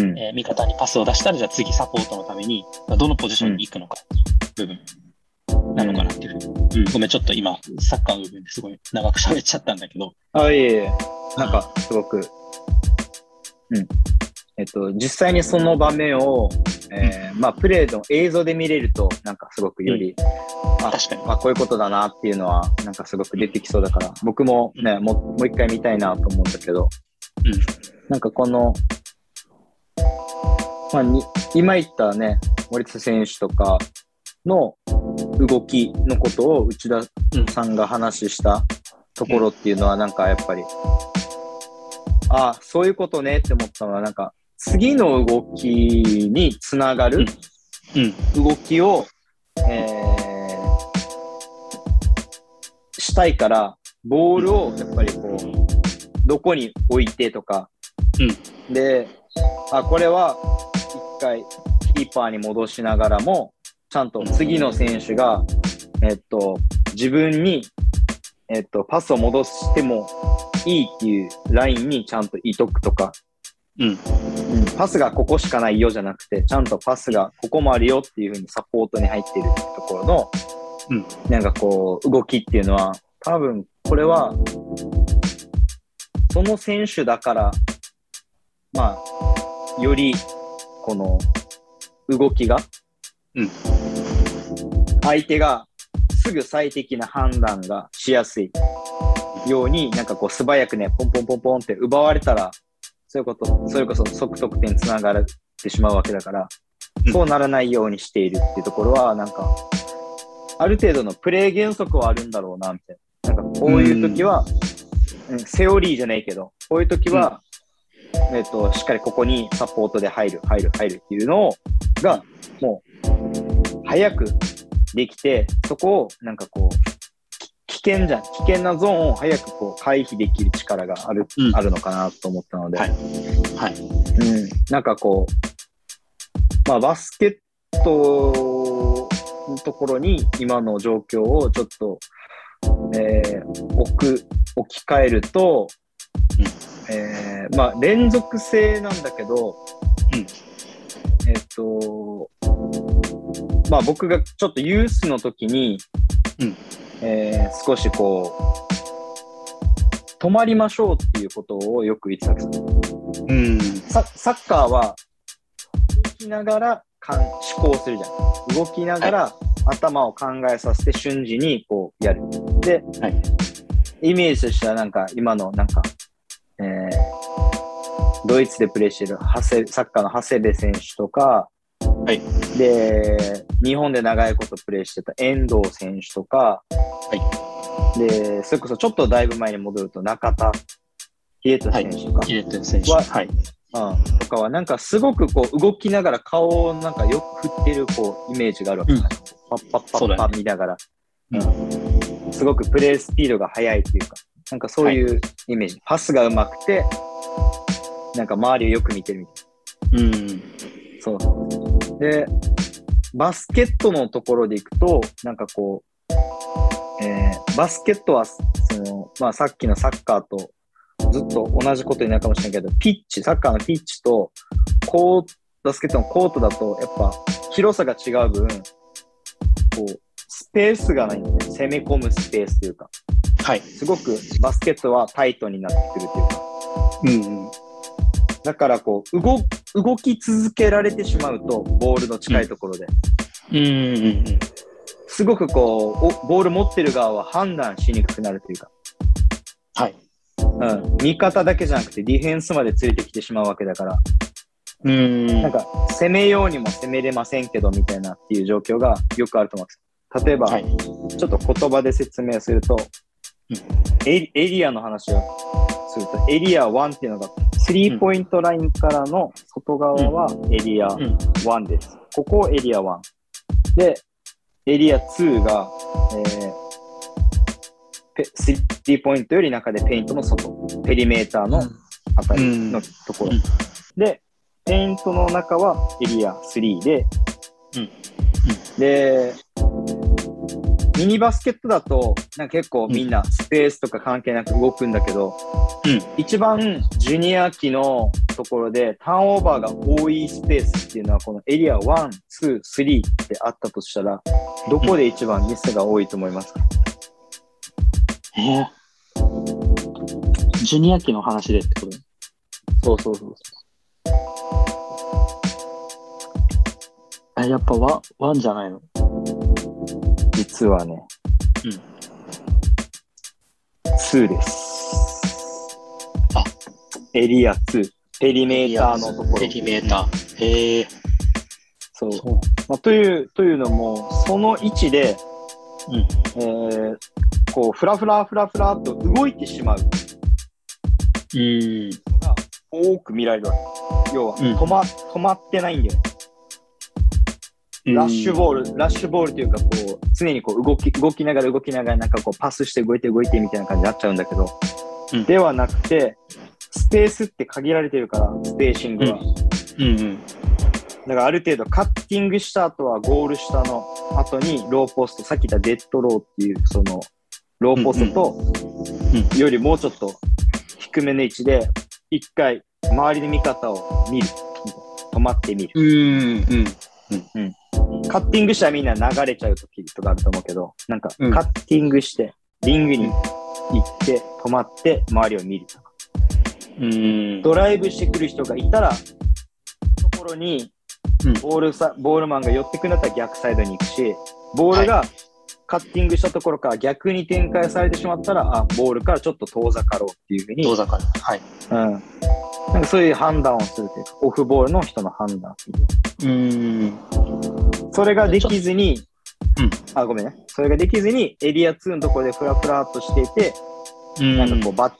Speaker 3: うんえー、味方にパスを出したらじゃあ次サポートのためにどのポジションに行くのかっていう部分なのかなっていうふうに、うんうん、ごめんちょっと今サッカーの部分ですごい長く喋っちゃったんだけど
Speaker 2: あいえいえなんかすごくうんえっと実際にその場面を、えーまあ、プレーの映像で見れるとなんかすごくより、うん、あ確かに、まあ、こういうことだなっていうのはなんかすごく出てきそうだから僕もね、うん、も, もう一回見たいなと思うんだけど、うん、なんかこの、まあ、に今言ったね森田選手とかの動きのことを内田さんが話したところっていうのはなんかやっぱり、うん、あそういうことねって思ったのはなんか次の動きにつながる動きを、えー、したいからボールをやっぱりこうどこに置いてとか、うん、であこれは一回キーパーに戻しながらもちゃんと次の選手が、えっと、自分に、えっと、パスを戻してもいいっていうラインにちゃんといとくとかうんうん、パスがここしかないよじゃなくてちゃんとパスがここもあるよっていう風にサポートに入っているっていうところの、うん、なんかこう動きっていうのは多分これはその選手だからまあよりこの動きが、うん、相手がすぐ最適な判断がしやすいようになんかこう素早くねポンポンポンポンって奪われたらそういうこと、それこそ即得点につながってしまうわけだから、うん、そうならないようにしているっていうところは、なんか、ある程度のプレー原則はあるんだろうな、みたいな。なんか、こういう時は、うん、セオリーじゃないけど、こういう時は、 えっと、しっかりここにサポートで入る、入る、入るっていうのが、もう、早くできて、そこをなんかこう、危険じゃん。危険なゾーンを早くこう回避できる力がある、うん、あるのかなと思ったので。はい。はい。うん。なんかこう、まあバスケットのところに今の状況をちょっと、えー、置く、置き換えると、うんえー、まあ連続性なんだけど、うん、えっと、まあ僕がちょっとユースの時に、うんえー、少しこう止まりましょうっていうことをよく言ってたんですよ。うん、サ, サッカーは動きながら思考するじゃん。動きながら頭を考えさせて瞬時にこうやる。で、はい、イメージとしてはなんか今のなんか、えー、ドイツでプレーしてるハセサッカーの長谷部選手とか、はい、で日本で長いことプレーしてた遠藤選手とか、はい、でそれこそちょっとだいぶ前に戻ると中田秀人選手とか、はい、秀人選手は、はいうん、とかはなんかすごくこう動きながら顔をなんかよく振ってるこうイメージがあるわけです、うん、パッパッパッパッ見ながら、う、ねうん、すごくプレースピードが速いっていうかなんかそういうイメージ、はい、パスが上手くてなんか周りをよく見てるみたいな、うん、そうでバスケットのところでいくとなんかこう、えー、バスケットはその、まあ、さっきのサッカーとずっと同じことになるかもしれないけどピッチサッカーのピッチとコーバスケットのコートだとやっぱ広さが違う分こうスペースがないんで、ね、攻め込むスペースというか、はい、すごくバスケットはタイトになってくるというか、うんうんだからこう 動, 動き続けられてしまうとボールの近いところで、うんうんうん、すごくこうボール持ってる側は判断しにくくなるというか、はいうん、味方だけじゃなくてディフェンスまで連れてきてしまうわけだからうんなんか攻めようにも攻めれませんけどみたいなっていう状況がよくあると思うんです。例えば、はい、ちょっと言葉で説明すると、うん、エ, エリアの話をするとエリアいちっていうのがスリーポイントラインからの外側はエリアいちです。ここエリアいち。で、エリアにが、えー、スリーポイントより中でペイントの外。ペリメーターのあたりのところ。で、ペイントの中はエリアさんで、で、ミニバスケットだとなんか結構みんなスペースとか関係なく動くんだけど、うん、一番ジュニア期のところでターンオーバーが多いスペースっていうのはこのエリアいち、に、さんってあったとしたらどこで一番ミスが多いと思いますか？
Speaker 3: うん、えー、ジュニア期の話でってこと？
Speaker 2: そうそうそう
Speaker 3: そう。やっぱワン、ワンじゃないの？
Speaker 2: 実はね、うん、にです。あ、エリアに、ペリメーターのところ。
Speaker 3: ペリメーター。へえ。
Speaker 2: そう。そうまあ、というというのもその位置で、うんえー、こうフラフラフラフラと動いてしまうのが多く見られるわけ。要は、うん、止ま止まってないんだよね。ラッシュボール、ラッシュボールというか、こう、常にこう動き、動きながら動きながら、なんかこう、パスして動いて動いてみたいな感じになっちゃうんだけど、うん、ではなくて、スペースって限られてるから、スペーシングは。うんうんうん、だからある程度、カッティングした後は、ゴール下の後に、ローポスト、さっき言ったデッドローっていう、その、ローポストと、うんうん、よりもうちょっと低めの位置で、一回、周りの見方を見る。止まってみる。うんうんうんうんカッティングしたらみんな流れちゃう時とかあると思うけど、なんかカッティングしてリングに行って止まって周りを見るとか、うーんドライブしてくる人がいたらところにボールさ、ボールマンが寄ってくるんだったら逆サイドに行くし、ボールがカッティングしたところから逆に展開されてしまったら、あボールからちょっと遠ざかろうっていうふうに
Speaker 3: 遠ざかる、はい、
Speaker 2: うん、なんかそういう判断をするというか、オフボールの人の判断うーんそれができずに、うん、あごめんね、それができずにエリアにのところでフラフラっとしていて、うんなんかこうバッ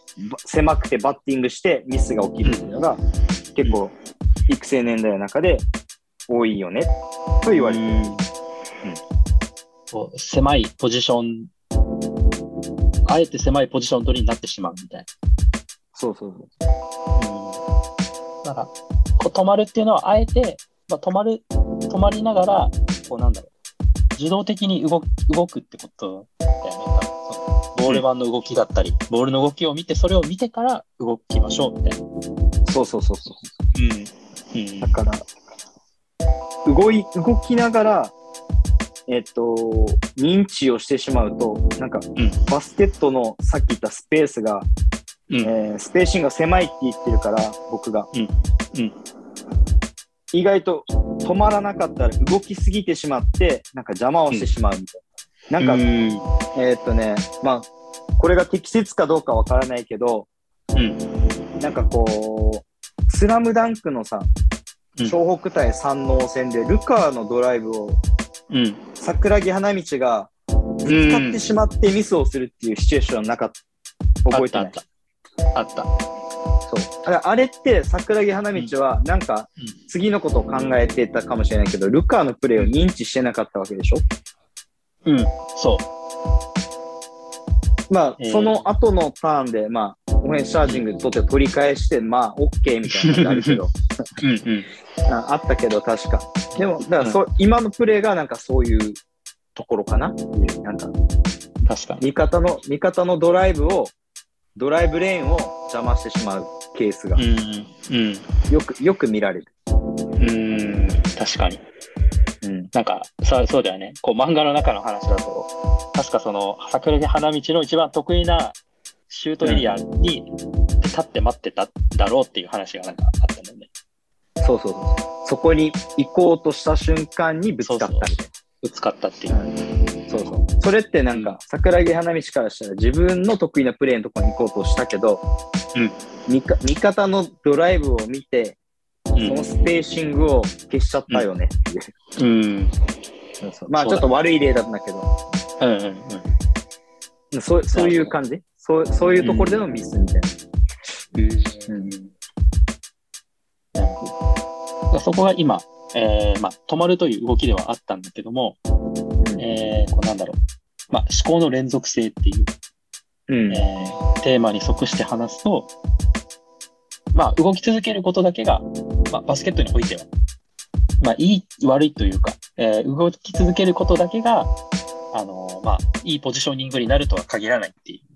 Speaker 2: 狭くてバッティングしてミスが起きるっていうのが、うん、結構育成年代の中で多いよねと言われてる。うん、
Speaker 3: こう狭いポジション、あえて狭いポジション取りになってしまうみたいな。
Speaker 2: そうそうそう。
Speaker 3: うん、だからこう止まるっていうのはあえて、まあ、止まる止まりながらこうなんだろう自動的に動く、動くってことだよね。そのボール板の動きだったり、うん、ボールの動きを見てそれを見てから動きましょうみたいな。
Speaker 2: そうそうそうそう。
Speaker 3: うん。うん、
Speaker 2: だから動い動きながらえっと認知をしてしまうとなんか、うん、バスケットのさっき言ったスペースが、うんえー、スペーシングが狭いって言ってるから僕が、うんうん、意外と止まらなかったら動きすぎてしまってなんか邪魔をしてしまうみたいな、うん、なんかえー、っとねまあこれが適切かどうかわからないけど、うん、なんかこうスラムダンクのさ湘北対山王戦でルカのドライブを、うん、桜木花道がぶつかってしまってミスをするっていうシチュエーションなかった、覚えてない？
Speaker 3: あった。
Speaker 2: そうあれって桜木花道はなんか次のことを考えてたかもしれないけど、ルカのプレーを認知してなかったわけでしょ？
Speaker 3: うん、そう。
Speaker 2: まあ、えー、その後のターンでまあオフェンスチャージングで取って取り返してまあ OK みたいなのがあるけどうん、うんあ, あったけど確かでもだからそ、うん、今のプレーがなんかそういうところかなっていうなんか
Speaker 3: 確かに
Speaker 2: 味方の味方のドライブをドライブレーンを邪魔してしまうケースが、うんうん、よくよく見られる。
Speaker 3: うん確かに、うん、なんかさそうだよね。こう漫画の中の話だと確かその桜木花道の一番得意なシュートエリアに立って待ってただろうっていう話がなんかあったもんね。
Speaker 2: そうそうそう。そこに行こうとした瞬間にぶつかったみたいな。
Speaker 3: ぶつかったっていう、
Speaker 2: うん。そうそう。それってなんか、うん、桜木花道からしたら自分の得意なプレーのところに行こうとしたけど、うん、味, 味方のドライブを見て、うん、そのスペーシングを消しちゃったよねっていう。うんうん、そうそうまあちょっと悪い例だったんだけど、うんうんうん、そうそういう感じそう、そういうところでのミスみたいな。うんうん
Speaker 3: そこが今、えーまあ、止まるという動きではあったんだけども、うんえー、こうなんだろう、まあ、思考の連続性っていう、うんえー、テーマに即して話すと、まあ、動き続けることだけが、まあ、バスケットにおいては、まあ、いい悪いというか、えー、動き続けることだけが、あのーまあ、いいポジショニングになるとは限らないっていう。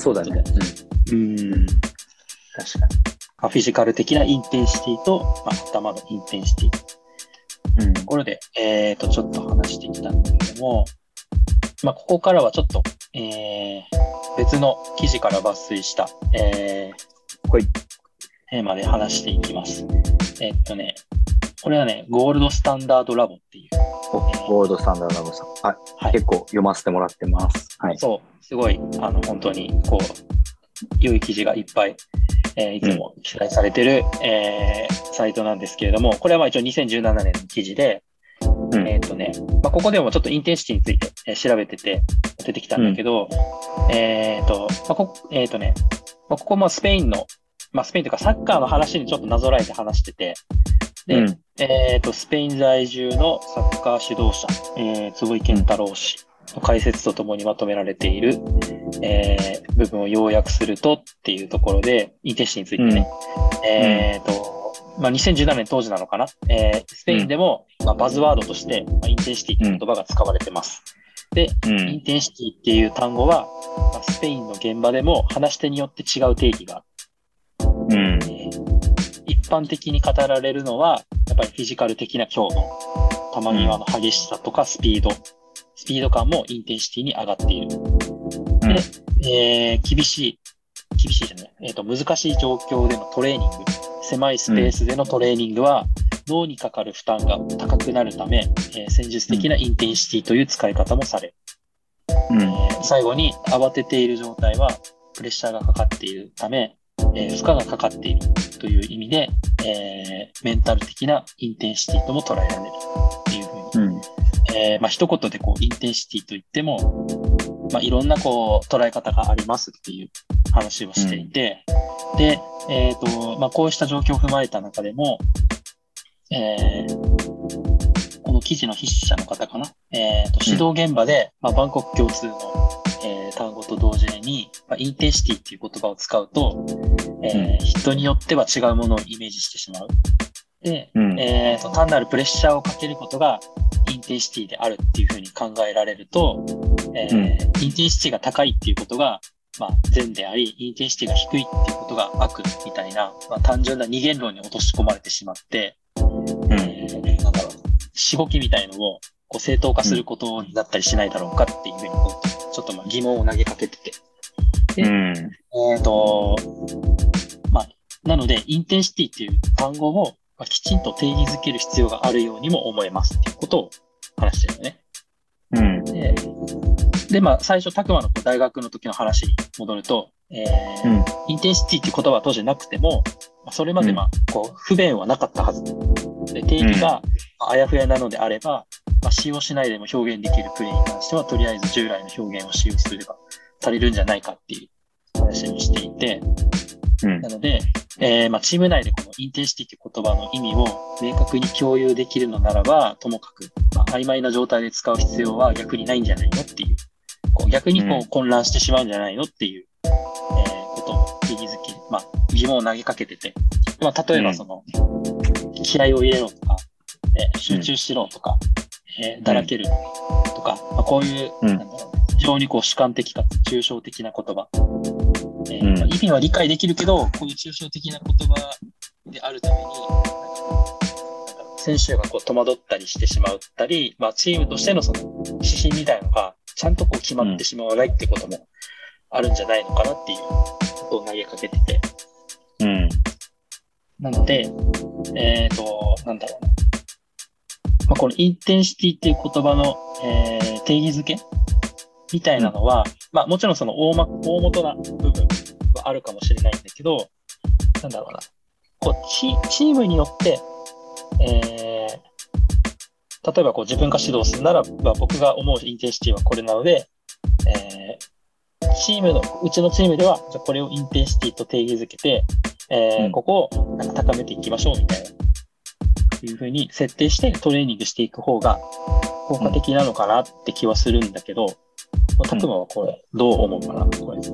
Speaker 2: そうだね。
Speaker 3: うん、うん確かに。フィジカル的なインテンシティと、まあ、頭のインテンシティ。うん。ところで、えーと、ちょっと話してきたんだけども、まあ、ここからはちょっと、えー、別の記事から抜粋した、えー、
Speaker 2: はい。
Speaker 3: テーマで話していきます。えー、っとね、これはね、ゴールドスタンダードラボっていう。
Speaker 2: お、えー、ゴールドスタンダードラボさん。はい。はい、結構読ませてもらってます。はい。
Speaker 3: そう。すごい、あの、本当に、こう、良い記事がいっぱい、えー、いつも記載されてる、うんえー、サイトなんですけれども、これはまあ一応にせんじゅうななねんの記事で、うん、えっとね、まあ、ここでもちょっとインテンシティについて、えー、調べてて出てきたんだけど、うん、えっと、まあ、こ、えっとね、まあ、ここもスペインの、まあ、スペインというかサッカーの話にちょっとなぞらえて話してて、で、うん、えっと、スペイン在住のサッカー指導者、えー、坪井健太郎氏の解説とともにまとめられている、えー、部分を要約するとっていうところで、インテンシティについてね、うん、えっと、まあ、にせんじゅうななねん当時なのかな、えー、スペインでも、まあ、バズワードとして、まあ、インテンシティって言葉が使われてます。で、うん、インテンシティっていう単語は、まあ、スペインの現場でも話し手によって違う定義がある。うんえー、一般的に語られるのは、やっぱりフィジカル的な強度、球際の激しさとかスピード、スピード感もインテンシティに上がっている。で、えー、厳しい、厳しいじゃない、えーと、難しい状況でのトレーニング、狭いスペースでのトレーニングは、脳にかかる負担が高くなるため、えー、戦術的なインテンシティという使い方もされる。うんえー、最後に、慌てている状態は、プレッシャーがかかっているため、えー、負荷がかかっているという意味で、えー、メンタル的なインテンシティとも捉えられるっていうふうに、うんえーまあ、一言でこうインテンシティといっても、まあ、いろんなこう捉え方がありますっていう話をしていて、うん、で、えーとまあ、こうした状況を踏まえた中でも、えー、この記事の筆者の方かな、えーと指導現場で、まあ、万国共通の、えー、単語と同時に、まあ、インテンシティっていう言葉を使うと、えー、人によっては違うものをイメージしてしまう。で、うん、えーと、単なるプレッシャーをかけることがインテンシティであるっていうふうに考えられると、えーうん、インテンシティが高いっていうことが、まあ、善であり、インテンシティが低いっていうことが悪みたいな、まあ、単純な二元論に落とし込まれてしまって、うんえー、なんだろう、しごきみたいのをこう正当化することになったりしないだろうかっていうふうにこうちょっとまあ疑問を投げかけてて。で、うん、えっと、まあ、なので、インテンシティっていう単語をきちんと定義づける必要があるようにも思えますっていうことを話してるよね。うん。で、でまあ、最初、拓磨の大学の時の話に戻ると、えーうん、インテンシティっていう言葉は当時なくても、それまでまあ、こう、不便はなかったはず。で、定義があやふやなのであれば、まあ、使用しないでも表現できるプレイに関しては、とりあえず従来の表現を使用すれば足りるんじゃないかっていう話にしていて、うん、なので、えーまあ、チーム内でこのインテンシティという言葉の意味を明確に共有できるのならば、ともかく、まあ、曖昧な状態で使う必要は逆にないんじゃないのっていう、こう逆にこう混乱してしまうんじゃないのっていう、うんえー、ことを定義づけ、まあ、疑問を投げかけてて、まあ、例えばその、うん、気合を入れろとか、えー、集中しろとか、うんえー、だらけるとか、まあ、こういう、うん、なんだろう非常にこう主観的かつ抽象的な言葉。えーうん、意味は理解できるけど、こういう抽象的な言葉であるために、なんか選手がこう戸惑ったりしてしまったり、まあ、チームとしてのその指針みたいなのがちゃんとこう決まってしまわないってこともあるんじゃないのかなっていうことを投げかけてて。うん、なので、えっと、なんだろうな。まあ、このインテンシティっていう言葉の、えー、定義づけみたいなのは、うん、まあもちろんその大ま、大元な部分はあるかもしれないんだけど、なんだろうな。こうチ、チームによって、えー、例えばこう自分が指導するならば、僕が思うインテンシティはこれなので、えー、チームの、うちのチームでは、じゃこれをインテンシティと定義づけて、えーうん、ここをなんか高めていきましょうみたいな、いうふうに設定してトレーニングしていく方が効果的なのかなって気はするんだけど、拓磨はこれどう思うかな、これ。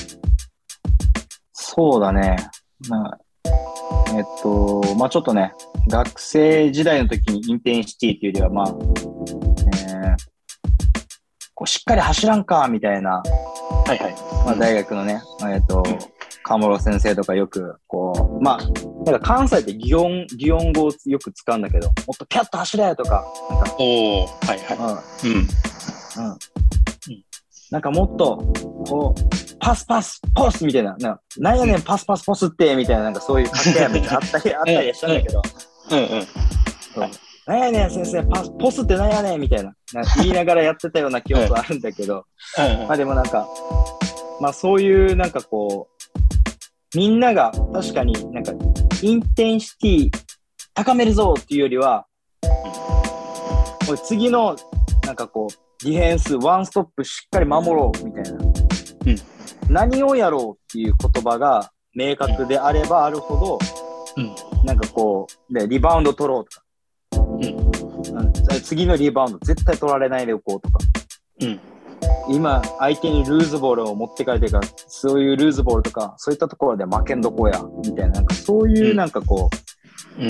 Speaker 2: そうだね。まあ、えっと、まあちょっとね、学生時代の時にインテンシティっていうよりは、まあ、えー、こうしっかり走らんか、みたいな、はいはい。まあ大学のね、えっと、河室先生とかよく、こう、まあ、なんか関西って擬音、擬音語をよく使うんだけど、もっとピャッと走れとか、なんか、
Speaker 3: おー、はいはい。うん。うん。うん
Speaker 2: なんかもっと、こう、パスパス、ポスみたいな、ななんやねん、パスパス、ポスって、みたいな、なんかそういう掛け合いめっちゃあったり、あったりしたんだけど、うんうん。そうなんやねん、先生、パス、ポスってなんやねん、みたいな、なんか言いながらやってたような記憶はあるんだけど、まあでもなんか、まあそういう、なんかこう、みんなが確かになんか、インテンシティ高めるぞっていうよりは、これ次の、なんかこう、ディフェンスワンストップしっかり守ろうみたいな、うん、何をやろうっていう言葉が明確であればあるほど、うん、なんかこうでリバウンド取ろうとか、うん、次のリバウンド絶対取られないでおこうとか、うん、今相手にルーズボールを持ってかれてるからそういうルーズボールとかそういったところで負けんどこやみたいな、なんかそういうなんかこう、うん、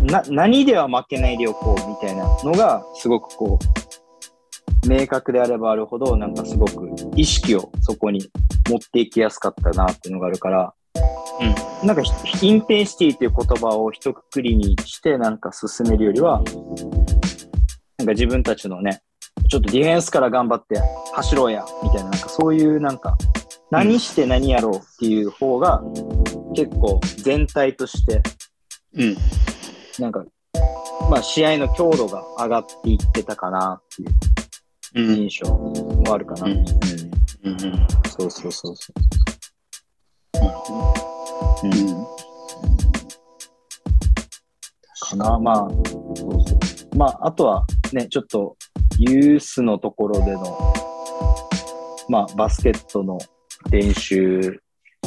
Speaker 2: な何では負けないでおこうみたいなのがすごくこう明確であればあるほどなんかすごく意識をそこに持っていきやすかったなっていうのがあるから、うん、なんかインテンシティっていう言葉を一括りにしてなんか進めるよりはなんか自分たちのねちょっとディフェンスから頑張って走ろうやみたいな、なんかそういうなんか何して何やろうっていう方が結構全体としてなんかまあ試合の強度が上がっていってたかなっていう印象もあるかな。うんうんうん、そうそうそうそう。なるほど。うん。かな、まあ、そうそう。まあ、あとはね、ちょっとユースのところでの、まあ、バスケットの練習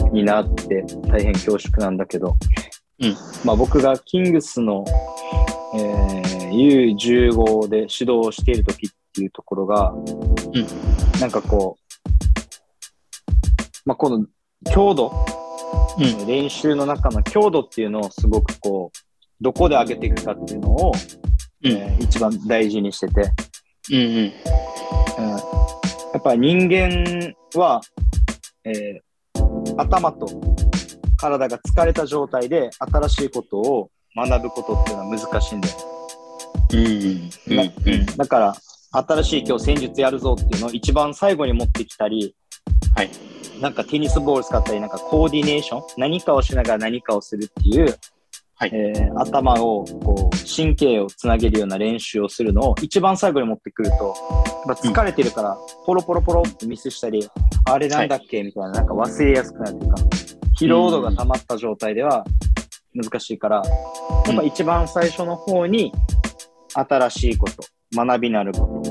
Speaker 2: になって大変恐縮なんだけど、
Speaker 3: うん、
Speaker 2: まあ僕がキングスの、えー、ユーじゅうご で指導をしている時っていうところが、うん、なんかこう、まあこの強度、うん、練習の中の強度っていうのをすごくこう、どこで上げていくかっていうのを、うんえー、一番大事にしてて、うんうんうん、やっぱり人間は、えー、頭と体が疲れた状態で新しいことを学ぶことっていうのは難しいんだよ、うんうんうん、だ, だから新しい今日戦術やるぞっていうのを一番最後に持ってきたり、はい、なんかテニスボール使ったりなんかコーディネーション何かをしながら何かをするっていうはいえー、頭をこう神経をつなげるような練習をするのを一番最後に持ってくるとやっぱ疲れてるからポロポロポロってミスしたり、うん、あれなんだっけみたいななんか忘れやすくなるというか疲労度が溜まった状態では難しいからやっぱ一番最初の方に新しいこと学びなること、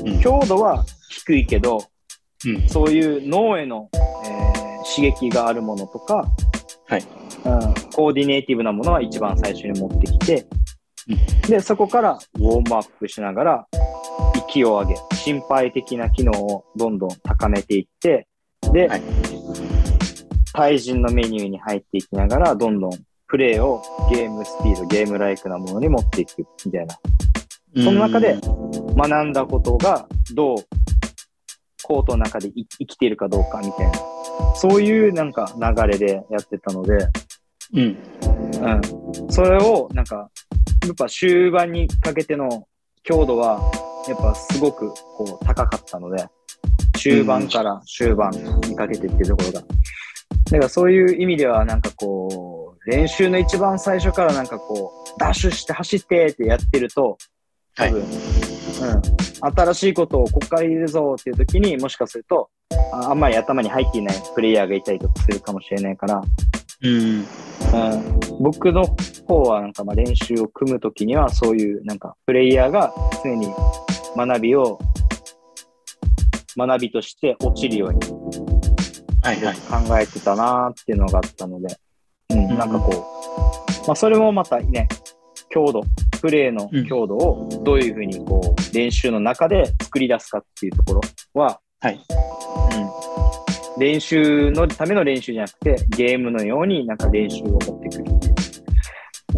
Speaker 2: うん、強度は低いけど、うん、そういう脳への、えー、刺激があるものとかはいうん、コーディネーティブなものは一番最初に持ってきて、うん、でそこからウォームアップしながら息を上げ心肺的な機能をどんどん高めていってで、はい、対人のメニューに入っていきながらどんどんプレーをゲームスピードゲームライクなものに持っていくみたいなその中で学んだことがどうコートの中で生きているかどうかみたいなそういうなんか流れでやってたので、うん、うん、それをなんかやっぱ終盤にかけての強度はやっぱすごくこう高かったので、中盤から終盤にかけてっていうところが、だからそういう意味ではなんかこう練習の一番最初からなんかこうダッシュして走ってってやってると多分、はい、うん、新しいことをここから入れるぞっていう時にもしかするとあ, あんまり頭に入っていないプレイヤーがいたりとかするかもしれないから、うんうん、僕の方はなんかまあ練習を組むときにはそういうなんかプレイヤーが常に学びを学びとして落ちるように考えてたなっていうのがあったので、うんうん、なんかこう、まあ、それもまたね強度プレーの強度をどういうふうにこう練習の中で作り出すかっていうところは、はいうん、練習のための練習じゃなくてゲームのようになんか練習を持ってくるっていう、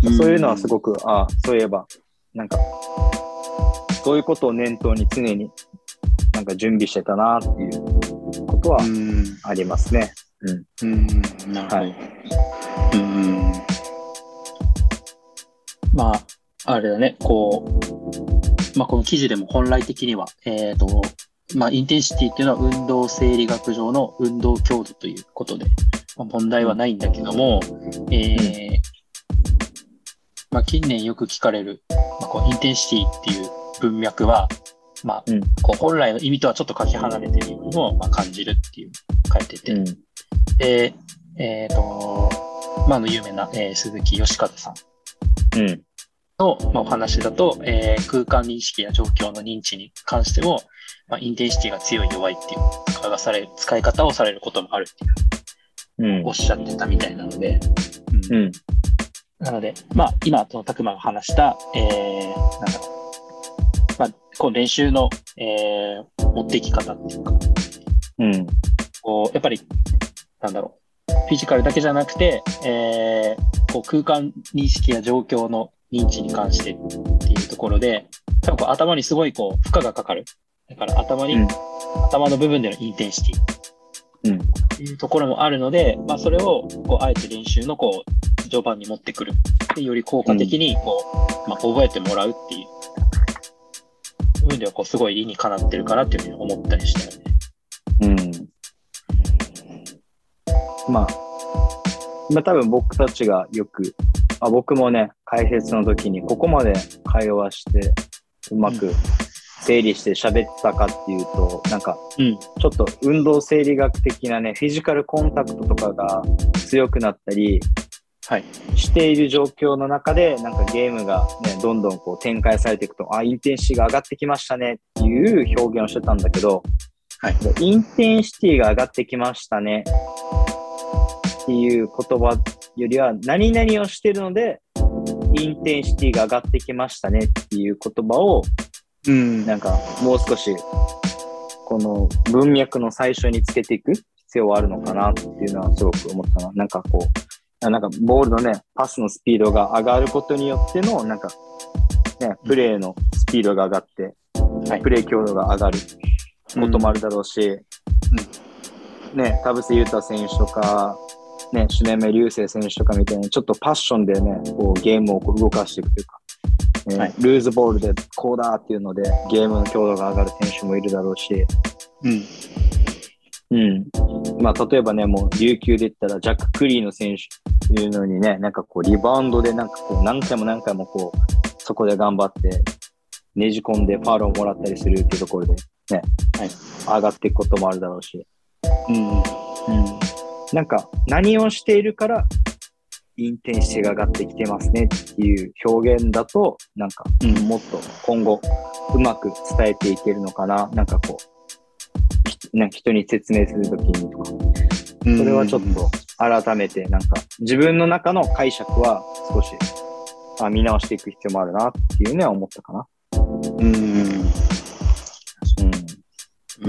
Speaker 2: なんかそういうのはすごく、ああそういえばなんかそういうことを念頭に常になんか準備してたなっていうことはありますね。うん、うん、なるほど。はい、うん
Speaker 3: まああれだね、こう、まあ、この記事でも本来的には、えっと、まあ、インテンシティっていうのは運動生理学上の運動強度ということで、まあ、問題はないんだけども、えーまあ、近年よく聞かれる、まあ、こうインテンシティっていう文脈は、まあ、こう本来の意味とはちょっとかけ離れているようにも、まあ、感じるっていう書いてて、うん、で、えっと、まあ、の有名な、えー、鈴木義和さん。うんの、まあ、お話だと、えー、空間認識や状況の認知に関しても、まあ、インテンシティが強い弱いっていう使いがされる使い方をされることもあるっていう、うん、おっしゃってたみたいなので、うんうん、なので、まあ、今その拓磨が話した、えー、なんだろう、まあ、こう練習の、えー、持っていき方っていうか、うん、こうやっぱりなんだろうフィジカルだけじゃなくて、えー、こう空間認識や状況の認知に関してっていうところで、多分こう頭にすごいこう負荷がかかる。だから頭に、うん、頭の部分でのインテンシティっていうところもあるので、まあそれをこうあえて練習のこう序盤に持ってくる。でより効果的にこう、まあ、覚えてもらうっていう部分ではこうすごい理にかなってるかなっていうふうに思ったりしたよね。
Speaker 2: うん。まあ、まあ多分僕たちがよくあ僕もね解説の時にここまで会話してうまく整理して喋ってたかっていうと、うん、なんかちょっと運動生理学的なねフィジカルコンタクトとかが強くなったり、はい、している状況の中でなんかゲームがねどんどんこう展開されていくとあインテンシティが上がってきましたねっていう表現をしてたんだけど、はい、インテンシティが上がってきましたねっていう言葉よりは、何々をしてるので、インテンシティが上がってきましたねっていう言葉を、うん、なんかもう少し、この文脈の最初につけていく必要はあるのかなっていうのはすごく思ったな。なんかこう、なんかボールのね、パスのスピードが上がることによっての、なんか、ね、プレーのスピードが上がって、はい、プレー強度が上がることもあるだろうし、うんうん、ね、田臥勇太選手とか、ね、シュネメ流星選手とかみたいにちょっとパッションでね、こうゲームをこう動かしていくというか、えーはい、ルーズボールでこうだっていうのでゲームの強度が上がる選手もいるだろうし、うんうん、まあ例えばね、もう琉球で言ったらジャック・クリーの選手いうのにね、なんかこうリバウンドでなんかこう何回も何回もこうそこで頑張ってねじ込んでファウルをもらったりするっていうところでね、はい、上がっていくこともあるだろうし、うんうん、なんか何をしているからインテンシティが上がってきてますねっていう表現だと、なんかもっと今後うまく伝えていけるのかな、なんかこうなんか人に説明するときにとか、それはちょっと改めてなんか自分の中の解釈は少しあ見直していく必要もあるなっていうのは思ったかな。うん。うん。
Speaker 3: うん。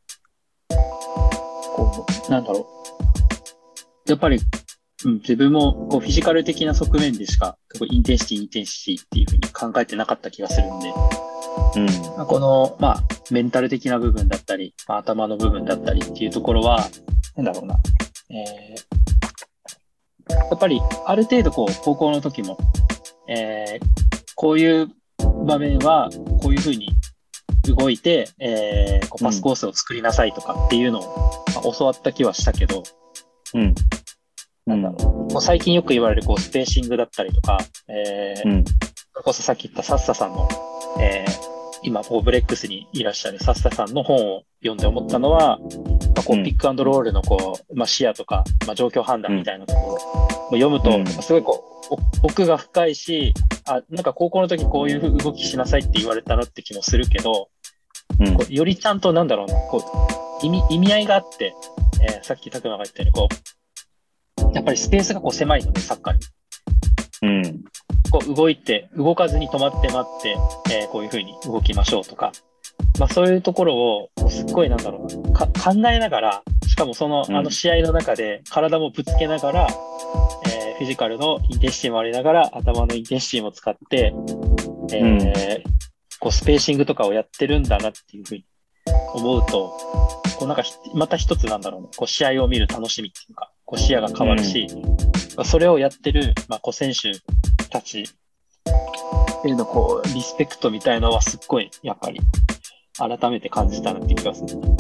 Speaker 3: こうなんだろう。やっぱり、うん、自分もこうフィジカル的な側面でしかインテンシティインテンシティっていうふうに考えてなかった気がするんで、うん、このまあメンタル的な部分だったり、まあ、頭の部分だったりっていうところはなんだろうな、えー、やっぱりある程度こう高校の時も、えー、こういう場面はこういうふうに動いて、えー、こうパスコースを作りなさいとかっていうのを、まあ、教わった気はしたけど、うんなんだろう、もう最近よく言われるこうスペーシングだったりとか、えーうん、それこそさっき言ったサッサさんの、えー、今こうブレックスにいらっしゃるサッサさんの本を読んで思ったのは、まあ、こうピックアンドロールのこう、まあ、視野とか、まあ、状況判断みたいなところを読むと、うん、すごいこう奥が深いし、あ、なんか高校の時こういう動きしなさいって言われたなって気もするけど、うん、こうよりちゃんとなんだろうな、こう 意味、意味合いがあって、えー、さっき拓磨が言ったようにこうやっぱりスペースがこう狭いので、サッカーに。うん。こう動いて、動かずに止まって待って、えー、こういう風に動きましょうとか。まあそういうところを、すっごいなんだろうな、か考えながら、しかもその、あの試合の中で体もぶつけながら、えー、フィジカルのインテンシティもありながら、頭のインテンシティも使って、えーうん、こうスペーシングとかをやってるんだなっていう風に思うと、こうなんかまた一つなんだろうな、こう試合を見る楽しみっていうか、こう視野が変わるし、うん、それをやってる、まあ、こう選手たちっていうのこうリスペクトみたいのはすっごいやっぱり改めて感じたなっていう気がする。うん、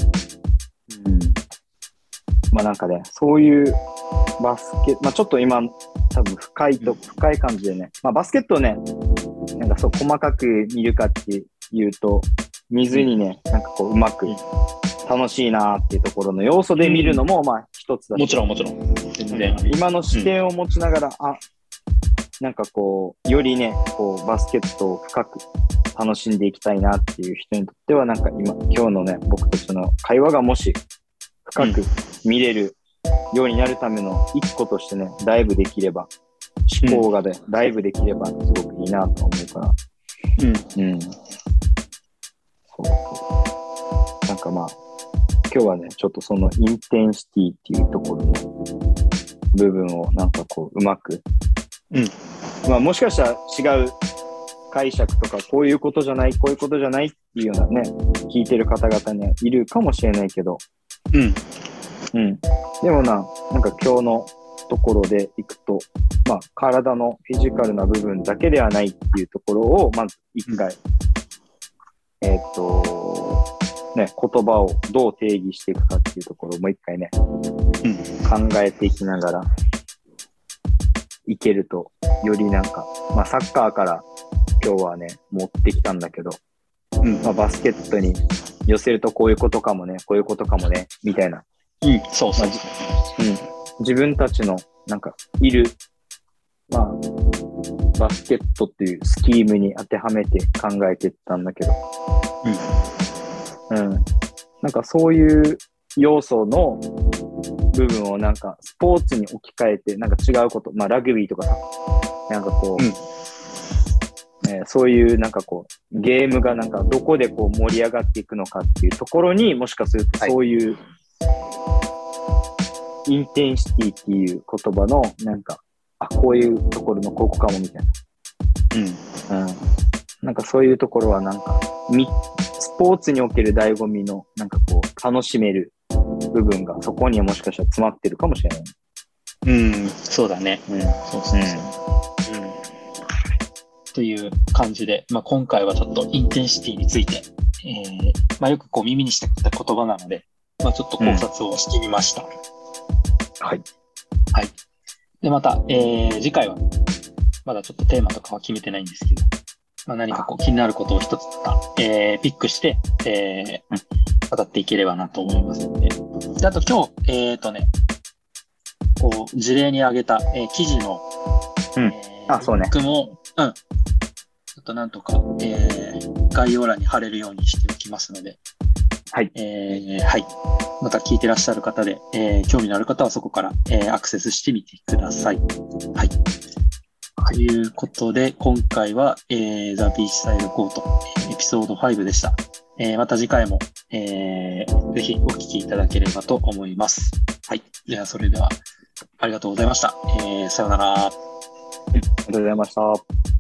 Speaker 2: まあなんかね、そういうバスケ、まあちょっと今多分深いと、うん、深い感じでね、まあバスケットをね、なんかそう細かく見るかっていうと見ずにね、なんかこううまく、うん楽しいなっていうところの要素で見るのもまあ一つだし、
Speaker 3: もちろんもちろん全然、
Speaker 2: うん、今の視点を持ちながら、うん、あなんかこうよりねこうバスケットを深く楽しんでいきたいなっていう人にとってはなんか今今日のね僕たちの会話がもし深く見れるようになるための一個としてねダイブできれば思考がで、うん、ダイブできればすごくいいなと思うからうんうんそうそうなんかまあ今日はね、ちょっとそのインテンシティっていうところの部分をなんかこううまく、うん、まあもしかしたら違う解釈とかこういうことじゃないこういうことじゃないっていうようなね聞いてる方々にはいるかもしれないけど、うんうん、でもななんか今日のところでいくと、まあ体のフィジカルな部分だけではないっていうところをまず一回、うん、えっとね、言葉をどう定義していくかっていうところをもう一回ね、うん、考えていきながらいけるとよりなんか、まあ、サッカーから今日はね持ってきたんだけど、うんまあ、バスケットに寄せるとこういうことかもねこういうことかもねみたいな、
Speaker 3: うん、そうそう、
Speaker 2: まあうん、自分たちのなんかいる、まあ、バスケットっていうスキームに当てはめて考えていったんだけど、うんうん、なんかそういう要素の部分をなんかスポーツに置き換えて、なんか違うこと、まあラグビーとかさ、なんかこう、うんえー、そういうなんかこう、ゲームがなんかどこでこう盛り上がっていくのかっていうところにもしかするとそういう、はい、インテンシティっていう言葉のなんか、あ、こういうところのここかもみたいな。うん。うん。なんかそういうところはなんか、み、スポーツにおける醍醐味のなんかこう、楽しめる部分がそこにはもしかしたら詰まってるかもしれない。
Speaker 3: うん、そうだね。うん、そうそうそう。うん。うん、という感じで、まあ、今回はちょっとインテンシティについて、えー、まあ、よくこう耳にしてきた言葉なので、まあ、ちょっと考察をしてみました。うん、
Speaker 2: はい。
Speaker 3: はい。で、また、えー、次回は、まだちょっとテーマとかは決めてないんですけど、まあ、何かこう気になることを一つか、えー、ピックして、えー、語っていければなと思いますので。で、あと今日、えっとね、こう、事例に挙げた、えー、記事の、
Speaker 2: うん、えー、あ、そうね。
Speaker 3: リンクも、うん、ちょっとなんとか、えー、概要欄に貼れるようにしておきますので、
Speaker 2: はい。
Speaker 3: えー、はい。また聞いてらっしゃる方で、えー、興味のある方はそこから、えー、アクセスしてみてください。はい。ということで、今回は、えー、ザ・ビーチサイドコート、エピソードごでした。えー、また次回も、えー、ぜひお聞きいただければと思います。はい。では、それでは、ありがとうございました。えー、さようなら。
Speaker 2: ありがとうございました。